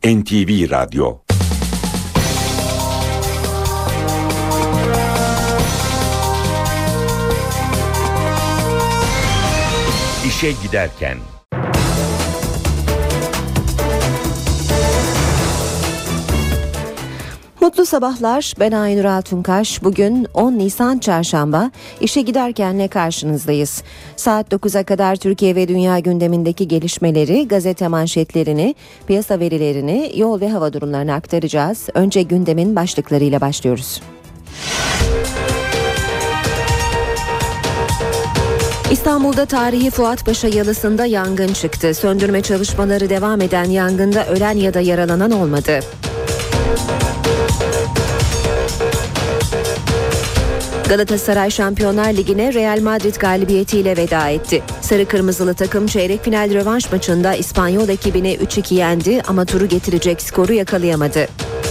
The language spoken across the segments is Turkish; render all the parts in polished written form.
NTV Radyo. İşe giderken. Mutlu sabahlar, ben Aynur Altunkaş. Bugün 10 Nisan Çarşamba, işe giderkenle karşınızdayız. Saat 9'a kadar Türkiye ve dünya gündemindeki gelişmeleri, gazete manşetlerini, piyasa verilerini, yol ve hava durumlarını aktaracağız. Önce gündemin başlıklarıyla başlıyoruz. İstanbul'da tarihi Fuatpaşa Yalısı'nda yangın çıktı. Söndürme çalışmaları devam eden yangında ölen ya da yaralanan olmadı. Galatasaray Şampiyonlar Ligi'ne Real Madrid galibiyetiyle veda etti. Sarı Kırmızılı takım çeyrek final rövanş maçında İspanyol ekibini 3-2 yendi ama turu getirecek skoru yakalayamadı.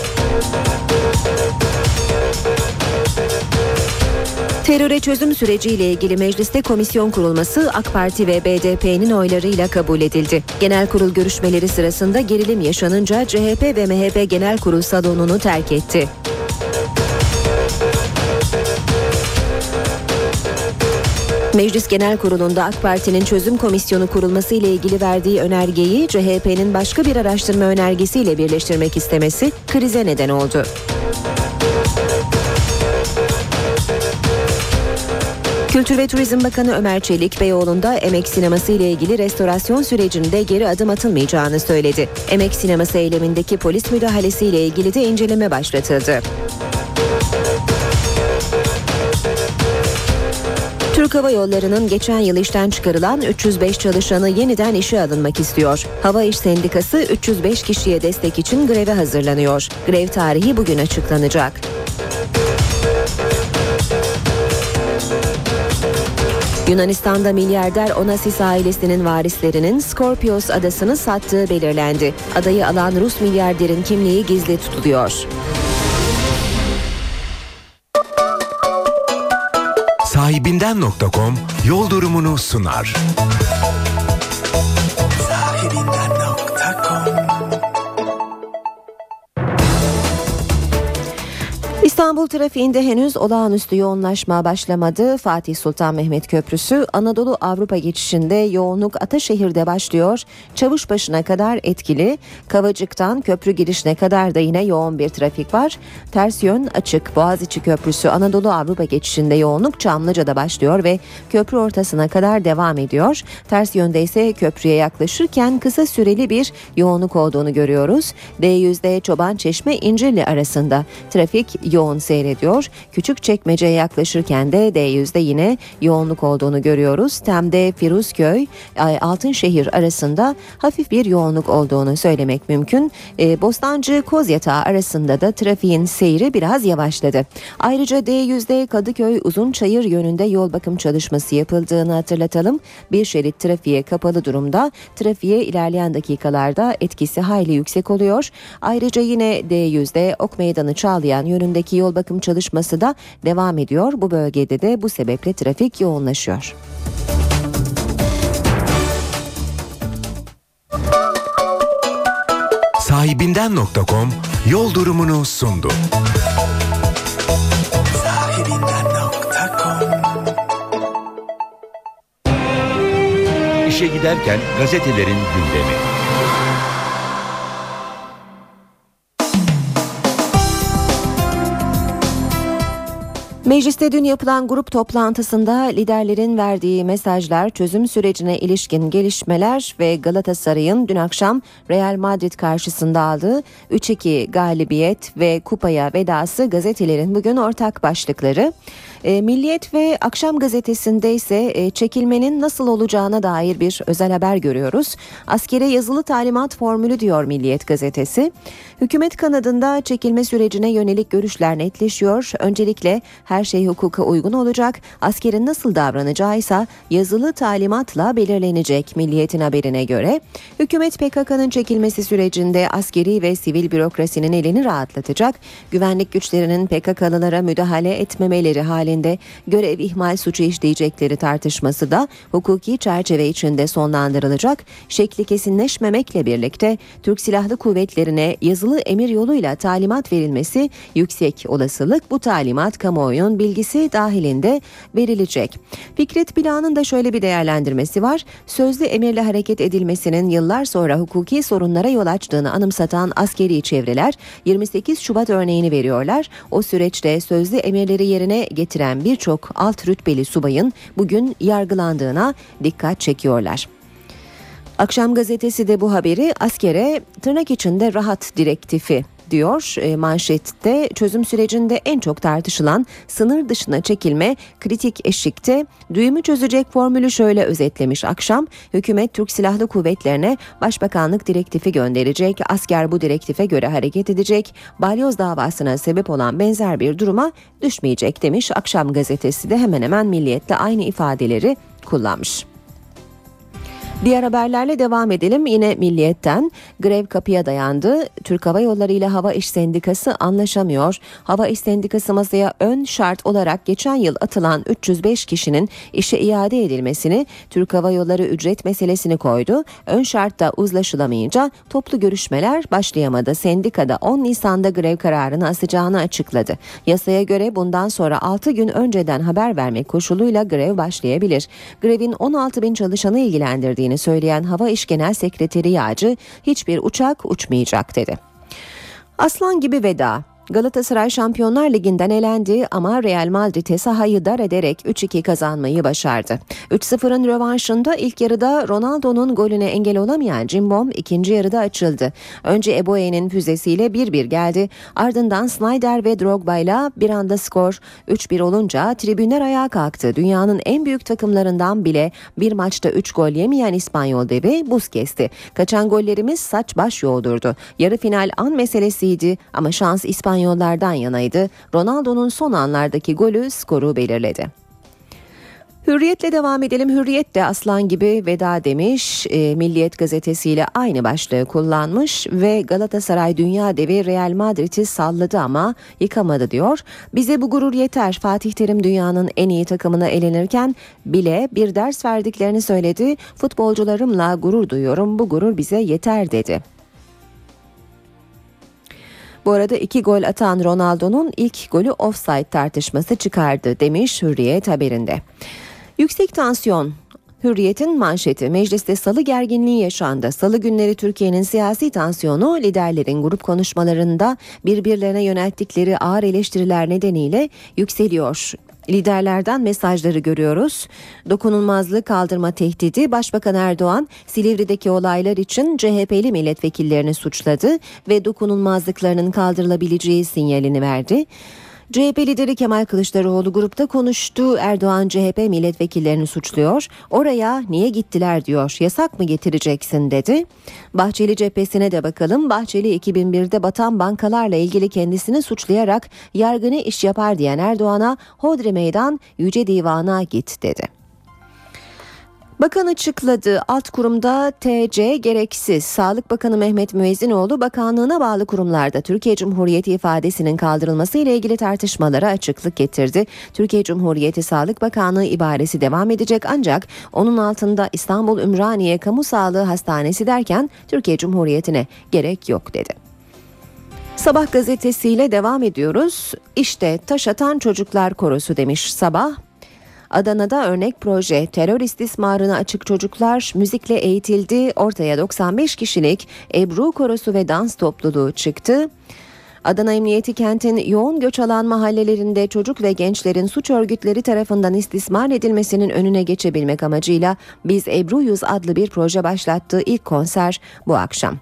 Teröre çözüm süreciyle ilgili mecliste komisyon kurulması AK Parti ve BDP'nin oylarıyla kabul edildi. Genel kurul görüşmeleri sırasında gerilim yaşanınca CHP ve MHP Genel Kurul salonunu terk etti. Meclis Genel Kurulu'nda AK Parti'nin çözüm komisyonu kurulması ile ilgili verdiği önergeyi CHP'nin başka bir araştırma önergesiyle birleştirmek istemesi krize neden oldu. Kültür ve Turizm Bakanı Ömer Çelik, Beyoğlu'nda Emek Sineması ile ilgili restorasyon sürecinde geri adım atılmayacağını söyledi. Emek Sineması eylemindeki polis müdahalesi ile ilgili de inceleme başlatıldı. Türk Hava Yolları'nın geçen yıl işten çıkarılan 305 çalışanı yeniden işe alınmak istiyor. Hava İş Sendikası 305 kişiye destek için greve hazırlanıyor. Grev tarihi bugün açıklanacak. Yunanistan'da milyarder Onassis ailesinin varislerinin Skorpios adasını sattığı belirlendi. Adayı alan Rus milyarderin kimliği gizli tutuluyor. Sahibinden.com yol durumunu sunar. İstanbul trafiğinde henüz olağanüstü yoğunlaşma başlamadı. Fatih Sultan Mehmet Köprüsü Anadolu Avrupa geçişinde yoğunluk Ataşehir'de başlıyor. Çavuşbaşı'na kadar etkili. Kavacık'tan köprü girişine kadar da yine yoğun bir trafik var. Ters yön açık. Boğaziçi Köprüsü Anadolu Avrupa geçişinde yoğunluk Çamlıca'da başlıyor ve köprü ortasına kadar devam ediyor. Ters yönde ise köprüye yaklaşırken kısa süreli bir yoğunluk olduğunu görüyoruz. D100'de Çobançeşme İncirli arasında trafik yoğun seyrediyor. Küçükçekmece'ye yaklaşırken de D100'de yine yoğunluk olduğunu görüyoruz. Tem'de Firuzköy, Altınşehir arasında hafif bir yoğunluk olduğunu söylemek mümkün. Bostancı Kozyatağı arasında da trafiğin seyri biraz yavaşladı. Ayrıca D100'de Kadıköy Uzunçayır yönünde yol bakım çalışması yapıldığını hatırlatalım. Bir şerit trafiğe kapalı durumda. Trafiğe ilerleyen dakikalarda etkisi hayli yüksek oluyor. Ayrıca yine D100'de Ok Meydanı Çağlayan yönündeki yol bakım çalışması da devam ediyor. Bu bölgede de bu sebeple trafik yoğunlaşıyor. Sahibinden.com yol durumunu sundu. İşe giderken gazetelerin gündemi. Mecliste dün yapılan grup toplantısında liderlerin verdiği mesajlar, çözüm sürecine ilişkin gelişmeler ve Galatasaray'ın dün akşam Real Madrid karşısında aldığı 3-2 galibiyet ve kupaya vedası gazetelerin bugün ortak başlıkları. Milliyet ve Akşam Gazetesi'nde ise çekilmenin nasıl olacağına dair bir özel haber görüyoruz. Askere yazılı talimat formülü diyor Milliyet gazetesi. Hükümet kanadında çekilme sürecine yönelik görüşler netleşiyor. Öncelikle her şey hukuka uygun olacak. Askerin nasıl davranacağı ise yazılı talimatla belirlenecek Milliyet'in haberine göre. Hükümet PKK'nın çekilmesi sürecinde askeri ve sivil bürokrasinin elini rahatlatacak. Güvenlik güçlerinin PKK'lılara müdahale etmemeleri halinde dahilinde görev ihmal suçu işleyecekleri tartışması da hukuki çerçeve içinde sonlandırılacak. Şekli kesinleşmemekle birlikte Türk Silahlı Kuvvetleri'ne yazılı emir yoluyla talimat verilmesi yüksek olasılık bu talimat kamuoyunun bilgisi dahilinde verilecek. Fikret Bila'nın da şöyle bir değerlendirmesi var. Sözlü emirle hareket edilmesinin yıllar sonra hukuki sorunlara yol açtığını anımsatan askeri çevreler 28 Şubat örneğini veriyorlar. O süreçte sözlü emirleri yerine getiren birçok alt rütbeli subayın bugün yargılandığına dikkat çekiyorlar. Akşam gazetesi de bu haberi askere tırnak içinde rahat direktifi diyor. Manşette çözüm sürecinde en çok tartışılan sınır dışına çekilme kritik eşikte. Düğümü çözecek formülü şöyle özetlemiş akşam. Hükümet Türk Silahlı Kuvvetlerine Başbakanlık direktifi gönderecek. Asker bu direktife göre hareket edecek. Balyoz davasına sebep olan benzer bir duruma düşmeyecek demiş. Akşam gazetesi de hemen hemen Milliyet'le aynı ifadeleri kullanmış. Diğer haberlerle devam edelim. Yine Milliyet'ten grev kapıya dayandı. Türk Hava Yolları ile Hava İş Sendikası anlaşamıyor. Hava İş Sendikası masaya ön şart olarak geçen yıl atılan 305 kişinin işe iade edilmesini, Türk Hava Yolları ücret meselesini koydu. Ön şartta uzlaşılamayınca toplu görüşmeler başlayamadı. Sendikada 10 Nisan'da grev kararını asacağını açıkladı. Yasaya göre bundan sonra 6 gün önceden haber vermek koşuluyla grev başlayabilir. Grevin 16 bin çalışanı ilgilendirdiğini söyleyen Hava İş Genel Sekreteri Yağcı, hiçbir uçak uçmayacak dedi. Aslan gibi veda. Galatasaray Şampiyonlar Ligi'nden elendi ama Real Madrid'e sahayı dar ederek 3-2 kazanmayı başardı. 3-0'ın rövanşında ilk yarıda Ronaldo'nun golüne engel olamayan Cimbom ikinci yarıda açıldı. Önce Eboe'nin füzesiyle 1-1 geldi. Ardından Sneijder ve Drogba'yla bir anda skor 3-1 olunca tribünler ayağa kalktı. Dünyanın en büyük takımlarından bile bir maçta 3 gol yemeyen İspanyol devi buz kesti. Kaçan gollerimiz saç baş yoğdurdu. Yarı final an meselesiydi ama şans İspanyollardan yanaydı. Ronaldo'nun son anlardaki golü skoru belirledi. Hürriyet'le devam edelim. Hürriyet de aslan gibi veda demiş. Milliyet gazetesiyle aynı başlığı kullanmış ve Galatasaray dünya devi Real Madrid'i salladı ama yıkamadı diyor. Bize bu gurur yeter. Fatih Terim dünyanın en iyi takımına elenirken bile bir ders verdiklerini söyledi. Futbolcularımla gurur duyuyorum. Bu gurur bize yeter dedi. Bu arada 2 gol atan Ronaldo'nun ilk golü ofsayt tartışması çıkardı demiş Hürriyet haberinde. Yüksek tansiyon. Hürriyet'in manşeti. Mecliste salı gerginliği yaşandı. Salı günleri Türkiye'nin siyasi tansiyonu liderlerin grup konuşmalarında birbirlerine yönelttikleri ağır eleştiriler nedeniyle yükseliyor. Liderlerden mesajları görüyoruz. Dokunulmazlığı kaldırma tehdidi. Başbakan Erdoğan Silivri'deki olaylar için CHP'li milletvekillerini suçladı ve dokunulmazlıklarının kaldırılabileceği sinyalini verdi. CHP lideri Kemal Kılıçdaroğlu grupta konuştu. Erdoğan CHP milletvekillerini suçluyor. Oraya niye gittiler diyor. Yasak mı getireceksin dedi. Bahçeli cephesine de bakalım. Bahçeli 2001'de batan bankalarla ilgili kendisini suçlayarak yargı ne iş yapar diyen Erdoğan'a hodri meydan Yüce Divan'a git dedi. Bakan açıkladı. Alt kurumda TC gereksiz. Sağlık Bakanı Mehmet Müezzinoğlu bakanlığına bağlı kurumlarda Türkiye Cumhuriyeti ifadesinin kaldırılması ile ilgili tartışmalara açıklık getirdi. Türkiye Cumhuriyeti Sağlık Bakanlığı ibaresi devam edecek ancak onun altında İstanbul Ümraniye Kamu Sağlığı Hastanesi derken Türkiye Cumhuriyeti'ne gerek yok dedi. Sabah gazetesiyle devam ediyoruz. İşte taş atan çocuklar korosu demiş Sabah. Adana'da örnek proje terör istismarına açık çocuklar müzikle eğitildi. Ortaya 95 kişilik Ebru korosu ve dans topluluğu çıktı. Adana Emniyeti kentin yoğun göç alan mahallelerinde çocuk ve gençlerin suç örgütleri tarafından istismar edilmesinin önüne geçebilmek amacıyla Biz Ebru'yuz adlı bir proje başlattığı ilk konser bu akşam.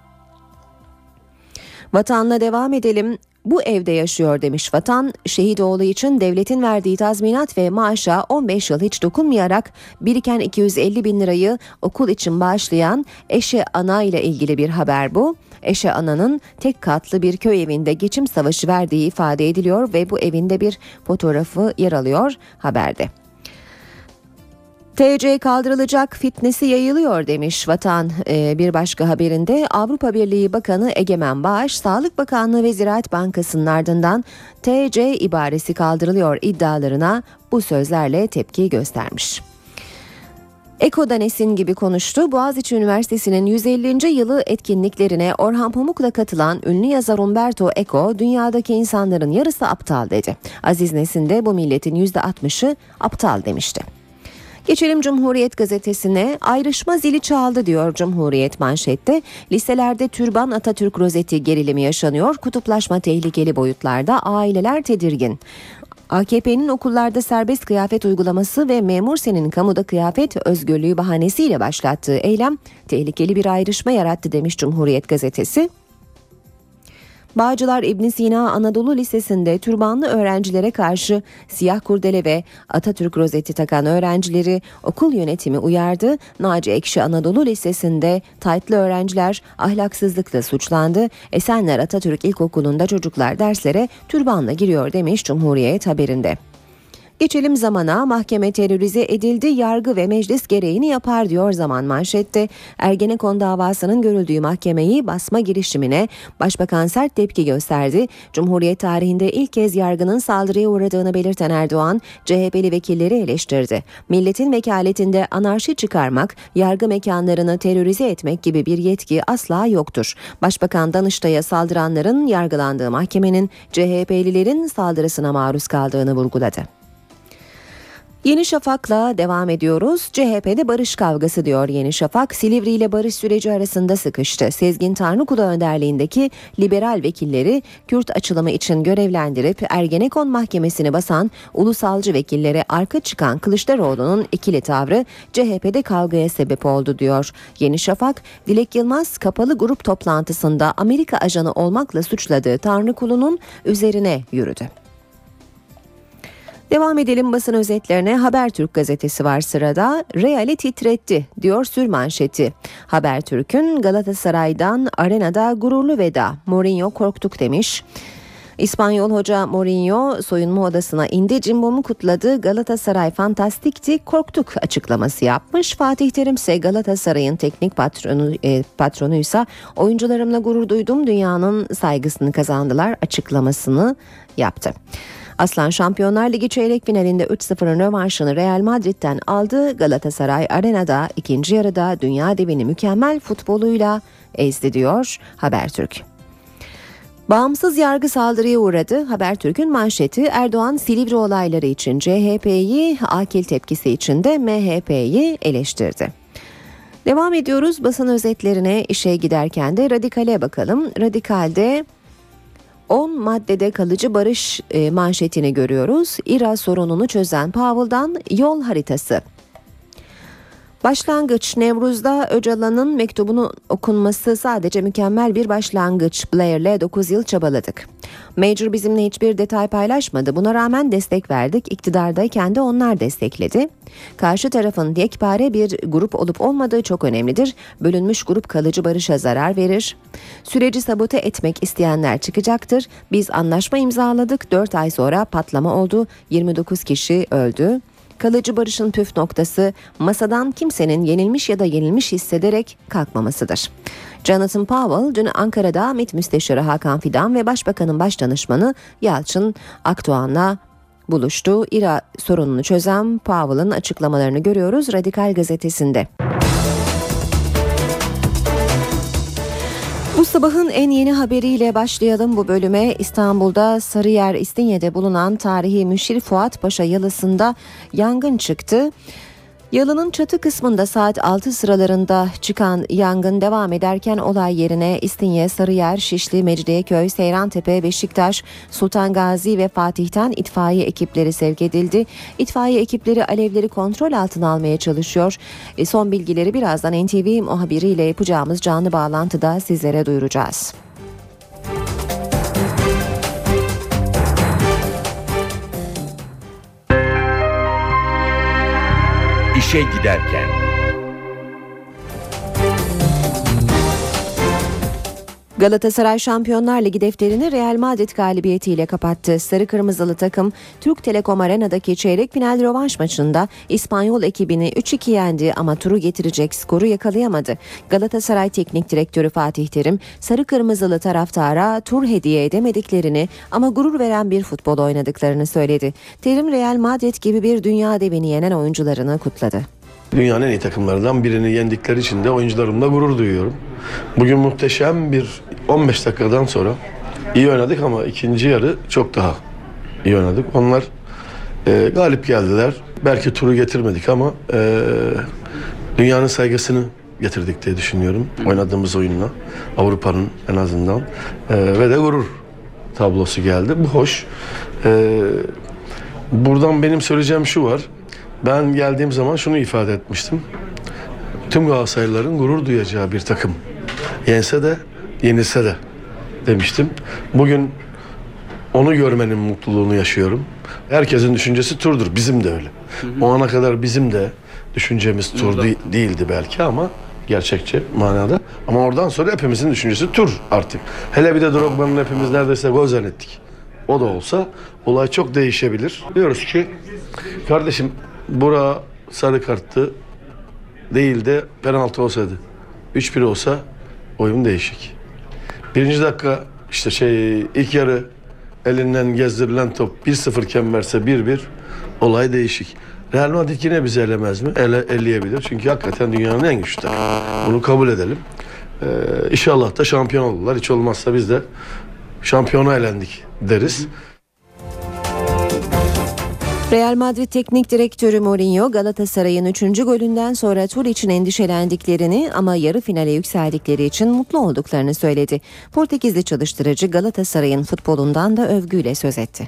Vatanla devam edelim. Bu evde yaşıyor demiş Vatan. Şehit oğlu için devletin verdiği tazminat ve maaşa 15 yıl hiç dokunmayarak biriken 250 bin lirayı okul için bağışlayan Eşe Ana ile ilgili bir haber bu. Eşe Ana'nın tek katlı bir köy evinde geçim savaşı verdiği ifade ediliyor ve bu evinde bir fotoğrafı yer alıyor haberde. TC kaldırılacak, fitnesi yayılıyor demiş Vatan. Bir başka haberinde Avrupa Birliği Bakanı Egemen Bağış, Sağlık Bakanlığı ve Ziraat Bankası'nın ardından TC ibaresi kaldırılıyor iddialarına bu sözlerle tepki göstermiş. Eko'dan esin gibi konuştu. Boğaziçi Üniversitesi'nin 150. yılı etkinliklerine Orhan Pamuk'la katılan ünlü yazar Umberto Eco, dünyadaki insanların yarısı aptal dedi. Aziz Nesin de bu milletin %60'ı aptal demişti. Geçelim Cumhuriyet gazetesine. Ayrışma zili çaldı diyor Cumhuriyet manşette. Liselerde türban Atatürk rozeti gerilimi yaşanıyor. Kutuplaşma tehlikeli boyutlarda, aileler tedirgin. AKP'nin okullarda serbest kıyafet uygulaması ve memur senin kamuda kıyafet özgürlüğü bahanesiyle başlattığı eylem tehlikeli bir ayrışma yarattı demiş Cumhuriyet gazetesi. Bağcılar İbn Sina Anadolu Lisesi'nde türbanlı öğrencilere karşı siyah kurdele ve Atatürk rozeti takan öğrencileri okul yönetimi uyardı. Naci Ekşi Anadolu Lisesi'nde taytlı öğrenciler ahlaksızlıkla suçlandı. Esenler Atatürk İlkokulu'nda çocuklar derslere türbanla giriyor demiş Cumhuriyet haberinde. Geçelim Zaman'a. Mahkeme terörize edildi, yargı ve meclis gereğini yapar diyor Zaman manşette. Ergenekon davasının görüldüğü mahkemeyi basma girişimine Başbakan sert tepki gösterdi. Cumhuriyet tarihinde ilk kez yargının saldırıya uğradığını belirten Erdoğan, CHP'li vekilleri eleştirdi. Milletin vekaletinde anarşi çıkarmak, yargı mekanlarını terörize etmek gibi bir yetki asla yoktur. Başbakan Danıştay'a saldıranların yargılandığı mahkemenin CHP'lilerin saldırısına maruz kaldığını vurguladı. Yeni Şafak'la devam ediyoruz. CHP'de barış kavgası diyor Yeni Şafak. Silivri ile barış süreci arasında sıkıştı. Sezgin Tanrıkulu önderliğindeki liberal vekilleri Kürt açılımı için görevlendirip Ergenekon mahkemesini basan ulusalcı vekillere arka çıkan Kılıçdaroğlu'nun ikili tavrı CHP'de kavgaya sebep oldu diyor Yeni Şafak. Dilek Yılmaz kapalı grup toplantısında Amerika ajanı olmakla suçladığı Tanrıkulu'nun üzerine yürüdü. Devam edelim basın özetlerine. Habertürk gazetesi var sırada. Real'i titretti diyor sürmanşeti. Habertürk'ün Galatasaray'dan arenada gururlu veda. Mourinho korktuk demiş. İspanyol hoca Mourinho soyunma odasına indi, Cimbom'u kutladı, Galatasaray fantastikti, korktuk açıklaması yapmış. Fatih Terim ise Galatasaray'ın teknik patronuysa oyuncularımla gurur duydum, dünyanın saygısını kazandılar açıklamasını yaptı. Aslan Şampiyonlar Ligi çeyrek finalinde 3-0'ın rövanşını Real Madrid'den aldı. Galatasaray arenada ikinci yarıda dünya devini mükemmel futboluyla ezdi diyor Habertürk. Bağımsız yargı saldırıya uğradı. Habertürk'ün manşeti Erdoğan Silivri olayları için CHP'yi, akil tepkisi için de MHP'yi eleştirdi. Devam ediyoruz basın özetlerine. İşe giderken de Radikal'e bakalım. Radikal'de 10 maddede kalıcı barış manşetini görüyoruz. İRA sorununu çözen Powell'dan yol haritası. Başlangıç. Nevruz'da Öcalan'ın mektubunun okunması sadece mükemmel bir başlangıç. Blair'le 9 yıl çabaladık. Major bizimle hiçbir detay paylaşmadı. Buna rağmen destek verdik. İktidardayken de onlar destekledi. Karşı tarafın yekpare bir grup olup olmadığı çok önemlidir. Bölünmüş grup kalıcı barışa zarar verir. Süreci sabote etmek isteyenler çıkacaktır. Biz anlaşma imzaladık. 4 ay sonra patlama oldu. 29 kişi öldü. Kalıcı barışın püf noktası masadan kimsenin yenilmiş ya da yenilmiş hissederek kalkmamasıdır. Jonathan Powell dün Ankara'da MİT Müsteşarı Hakan Fidan ve Başbakanın Başdanışmanı Yalçın Akdoğan'la buluştu. İRA sorununu çözen Powell'ın açıklamalarını görüyoruz Radikal gazetesinde. Bu sabahın en yeni haberiyle başlayalım bu bölüme. İstanbul'da Sarıyer İstinye'de bulunan tarihi Müşir Fuat Paşa yalısında yangın çıktı. Yalının çatı kısmında saat 6 sıralarında çıkan yangın devam ederken olay yerine İstinye, Sarıyer, Şişli, Mecidiyeköy, Seyrantepe, Beşiktaş, Sultan Gazi ve Fatih'ten itfaiye ekipleri sevk edildi. İtfaiye ekipleri alevleri kontrol altına almaya çalışıyor. Son bilgileri birazdan NTV muhabiriyle yapacağımız canlı bağlantıda sizlere duyuracağız. İşe giderken. Galatasaray Şampiyonlar Ligi defterini Real Madrid galibiyetiyle kapattı. Sarı Kırmızılı takım Türk Telekom Arena'daki çeyrek final rövanş maçında İspanyol ekibini 3-2 yendi ama turu getirecek skoru yakalayamadı. Galatasaray Teknik Direktörü Fatih Terim, Sarı Kırmızılı taraftara tur hediye edemediklerini ama gurur veren bir futbol oynadıklarını söyledi. Terim, Real Madrid gibi bir dünya devini yenen oyuncularını kutladı. Dünyanın en iyi takımlarından birini yendikleri için de oyuncularımla gurur duyuyorum. Bugün muhteşem bir 15 dakikadan sonra iyi oynadık ama ikinci yarı çok daha iyi oynadık. Onlar galip geldiler. Belki turu getirmedik ama dünyanın saygısını getirdik diye düşünüyorum. Oynadığımız oyunla Avrupa'nın en azından ve de gurur tablosu geldi. Bu hoş. Buradan benim söyleyeceğim şu var. Ben geldiğim zaman şunu ifade etmiştim. Tüm Galatasaraylıların gurur duyacağı bir takım. Yense de, yenilse de demiştim. Bugün onu görmenin mutluluğunu yaşıyorum. Herkesin düşüncesi turdur. Bizim de öyle. O ana kadar bizim de düşüncemiz tur değildi belki ama gerçekçi manada. Ama oradan sonra hepimizin düşüncesi tur artık. Hele bir de Drogba'nın hepimiz neredeyse gol zannettik. O da olsa olay çok değişebilir. Diyoruz ki kardeşim, bura sarı karttı değil de penaltı olsaydı 3-1 olsa oyun değişik. Birinci dakika işte ilk yarı elinden gezdirilen top 1-0 iken verse 1-1 olay değişik. Real Madrid yine bizi elemez mi? Eleyebilir. Çünkü hakikaten dünyanın en güçlü takımı. Bunu kabul edelim. İnşallah da şampiyon olurlar. Hiç olmazsa biz de şampiyona elendik deriz. Real Madrid Teknik Direktörü Mourinho, Galatasaray'ın 3. golünden sonra tur için endişelendiklerini ama yarı finale yükseldikleri için mutlu olduklarını söyledi. Portekizli çalıştırıcı Galatasaray'ın futbolundan da övgüyle söz etti.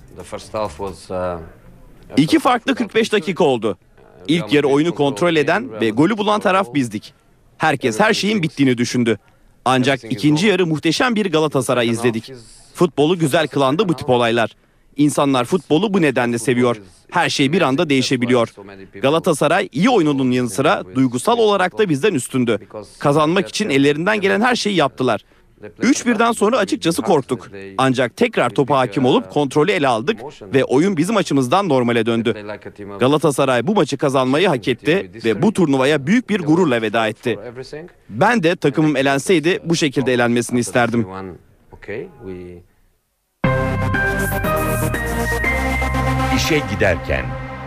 İki farklı 45 dakika oldu. İlk yarı oyunu kontrol eden ve golü bulan taraf bizdik. Herkes her şeyin bittiğini düşündü. Ancak ikinci yarı muhteşem bir Galatasaray izledik. Futbolu güzel kılan da bu tip olaylar. İnsanlar futbolu bu nedenle seviyor. Her şey bir anda değişebiliyor. Galatasaray iyi oyununun yanı sıra duygusal olarak da bizden üstündü. Kazanmak için ellerinden gelen her şeyi yaptılar. 3-1'den sonra açıkçası korktuk. Ancak tekrar topa hakim olup kontrolü ele aldık ve oyun bizim açımızdan normale döndü. Galatasaray bu maçı kazanmayı hak etti ve bu turnuvaya büyük bir gururla veda etti. Ben de takımım elenseydi bu şekilde elenmesini isterdim. İşe giderken.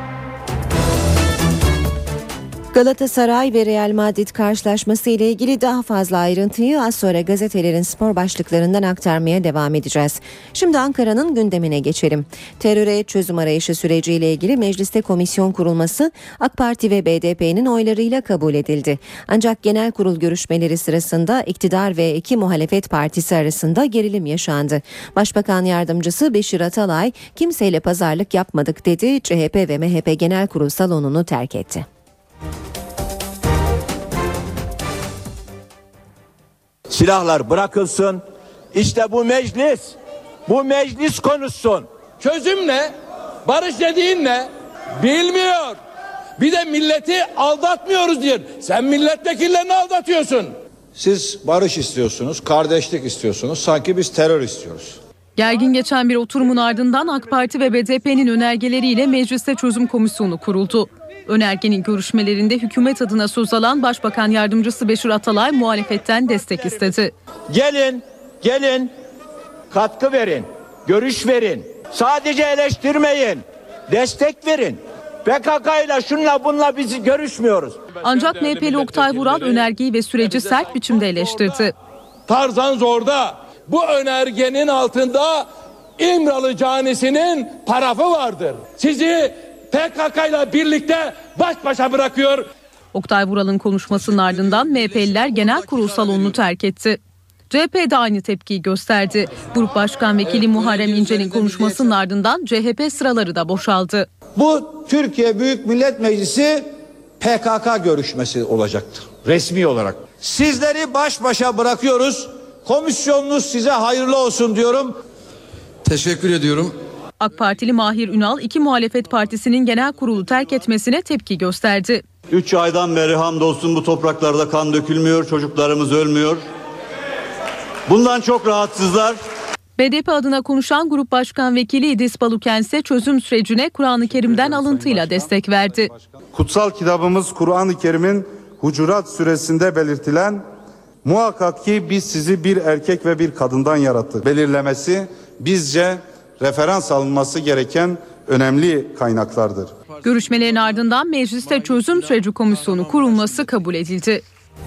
Galatasaray ve Real Madrid karşılaşması ile ilgili daha fazla ayrıntıyı az sonra gazetelerin spor başlıklarından aktarmaya devam edeceğiz. Şimdi Ankara'nın gündemine geçelim. Teröre çözüm arayışı süreciyle ilgili mecliste komisyon kurulması AK Parti ve BDP'nin oylarıyla kabul edildi. Ancak genel kurul görüşmeleri sırasında iktidar ve iki muhalefet partisi arasında gerilim yaşandı. Başbakan Yardımcısı Beşir Atalay, kimseyle pazarlık yapmadık dedi, CHP ve MHP genel kurul salonunu terk etti. Silahlar bırakılsın. İşte bu meclis konuşsun. Çözüm ne? Barış dediğin ne? Bilmiyor. Bir de milleti aldatmıyoruz diyor. Sen milletvekillerini aldatıyorsun. Siz barış istiyorsunuz, kardeşlik istiyorsunuz. Sanki biz terör istiyoruz. Gergin geçen bir oturumun ardından AK Parti ve BDP'nin önergeleriyle mecliste çözüm komisyonu kuruldu. Önergenin görüşmelerinde hükümet adına söz alan Başbakan Yardımcısı Beşir Atalay muhalefetten destek istedi. Gelin, katkı verin, görüş verin. Sadece eleştirmeyin, destek verin. PKK'yla şunla bunla biz görüşmüyoruz. Ancak MHP'li Oktay Vural önergeyi ve süreci sert biçimde eleştirdi. Tarzan zorda. Bu önergenin altında İmralı canisinin parafı vardır. Sizi PKK'yla birlikte baş başa bırakıyor. Oktay Vural'ın konuşmasının ardından MHP'liler genel kurul salonunu terk etti. CHP de aynı tepkiyi gösterdi. Grup Başkan Vekili Muharrem İnce'nin konuşmasının ardından CHP sıraları da boşaldı. Bu Türkiye Büyük Millet Meclisi PKK görüşmesi olacaktır. Resmi olarak. Sizleri baş başa bırakıyoruz. Komisyonunuz size hayırlı olsun diyorum. Teşekkür ediyorum. AK Partili Mahir Ünal iki muhalefet partisinin genel kurulu terk etmesine tepki gösterdi. 3 aydan beri hamdolsun bu topraklarda kan dökülmüyor, çocuklarımız ölmüyor. Bundan çok rahatsızlar. BDP adına konuşan Grup Başkan Vekili İdris Baluken ise çözüm sürecine Kur'an-ı Kerim'den alıntıyla destek verdi. Kutsal kitabımız Kur'an-ı Kerim'in Hucurat suresinde belirtilen muhakkak ki biz sizi bir erkek ve bir kadından yarattık belirlemesi bizce referans alınması gereken önemli kaynaklardır. Görüşmelerin ardından mecliste çözüm süreci komisyonu kurulması kabul edildi.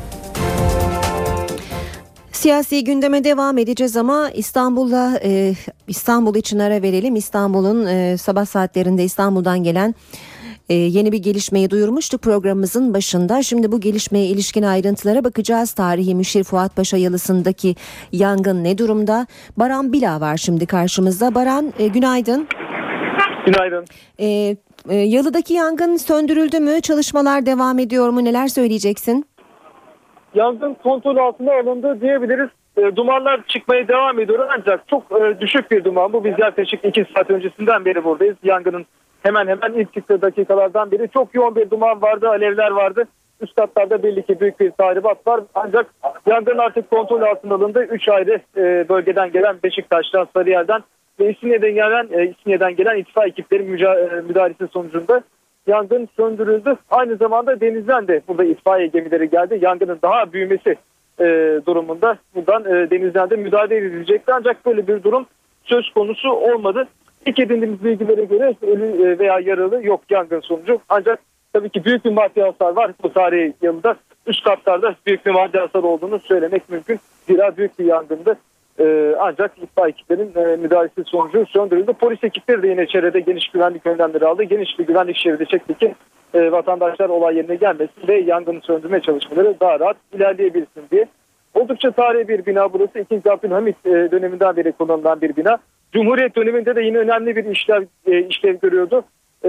Siyasi gündeme devam edeceğiz ama İstanbul için ara verelim. İstanbul'un sabah saatlerinde İstanbul'dan gelen yeni bir gelişmeyi duyurmuştuk programımızın başında. Şimdi bu gelişmeye ilişkin ayrıntılara bakacağız. Tarihi Müşir Fuat Paşa Yalısı'ndaki yangın ne durumda? Baran Bila var şimdi karşımızda. Baran günaydın. Günaydın. Yalı'daki yangın söndürüldü mü? Çalışmalar devam ediyor mu? Neler söyleyeceksin? Yangın kontrol altına alındı diyebiliriz. Dumanlar çıkmaya devam ediyor ancak çok düşük bir duman. Bu biz yaklaşık 2 saat öncesinden beri buradayız. Yangının hemen ilk çıktığı dakikalardan beri çok yoğun bir duman vardı, alevler vardı. Üst katlarda belli ki büyük bir tahribat var. Ancak yangın artık kontrol altına alındı. 3 ayrı bölgeden gelen Beşiktaş'tan, Sarıyer'den ve İstinye'den gelen itfaiye ekiplerin müdahalesi sonucunda yangın söndürüldü. Aynı zamanda denizden de burada itfaiye gemileri geldi. Yangının daha büyümesi durumunda buradan denizden de müdahale edilecekti. Ancak böyle bir durum söz konusu olmadı. İlk edindiğimiz bilgilere göre ölü veya yaralı yok yangın sonucu. Ancak tabii ki büyük bir maddi hasar var bu tarihi yılda. Üst katlarda büyük bir maddi hasar olduğunu söylemek mümkün. Zira büyük bir yangındı. Ancak itfaiye ekiplerin müdahalesi sonucu söndürüldü. Polis ekipleri de yine çevrede geniş güvenlik önlemleri aldı. Geniş bir güvenlik şeridi çekti ki vatandaşlar olay yerine gelmesin ve yangını söndürme çalışmaları daha rahat ilerleyebilsin diye. Oldukça tarihi bir bina burası. 2. Abdülhamit döneminden beri kullanılan bir bina. Cumhuriyet döneminde de yine önemli bir işlev görüyordu.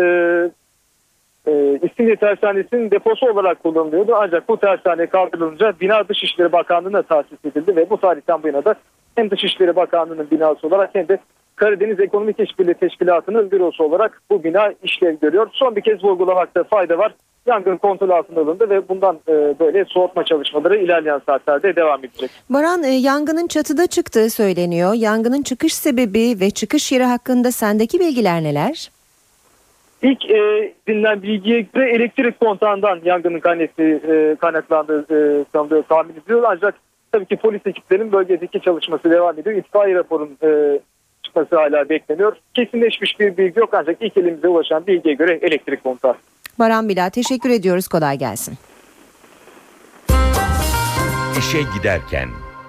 İstinye Tersanesi'nin deposu olarak kullanılıyordu. Ancak bu tersane kaldırılınca bina Dışişleri Bakanlığı'na tahsis edildi ve bu tarihten bu yana da hem Dışişleri Bakanlığı'nın binası olarak hem de Karadeniz Ekonomik İşbirliği Teşkilatı'nın bürosu olarak bu bina işlev görüyor. Son bir kez vurgulamakta fayda var. Yangın kontrol altına alındı ve bundan böyle soğutma çalışmaları ilerleyen saatlerde devam edecek. Baran, yangının çatıda çıktığı söyleniyor. Yangının çıkış sebebi ve çıkış yeri hakkında sendeki bilgiler neler? İlk dinlen bilgiye göre elektrik kontağından yangının kaynaklandığı tahmin ediliyor. Ancak tabii ki polis ekiplerinin bölgedeki çalışması devam ediyor. İtfaiye raporunun çıkması hala bekleniyor. Kesinleşmiş bir bilgi yok ancak ilk elimize ulaşan bilgiye göre elektrik kontağı. Baran Bila, teşekkür ediyoruz. Kolay gelsin. İşe giderken.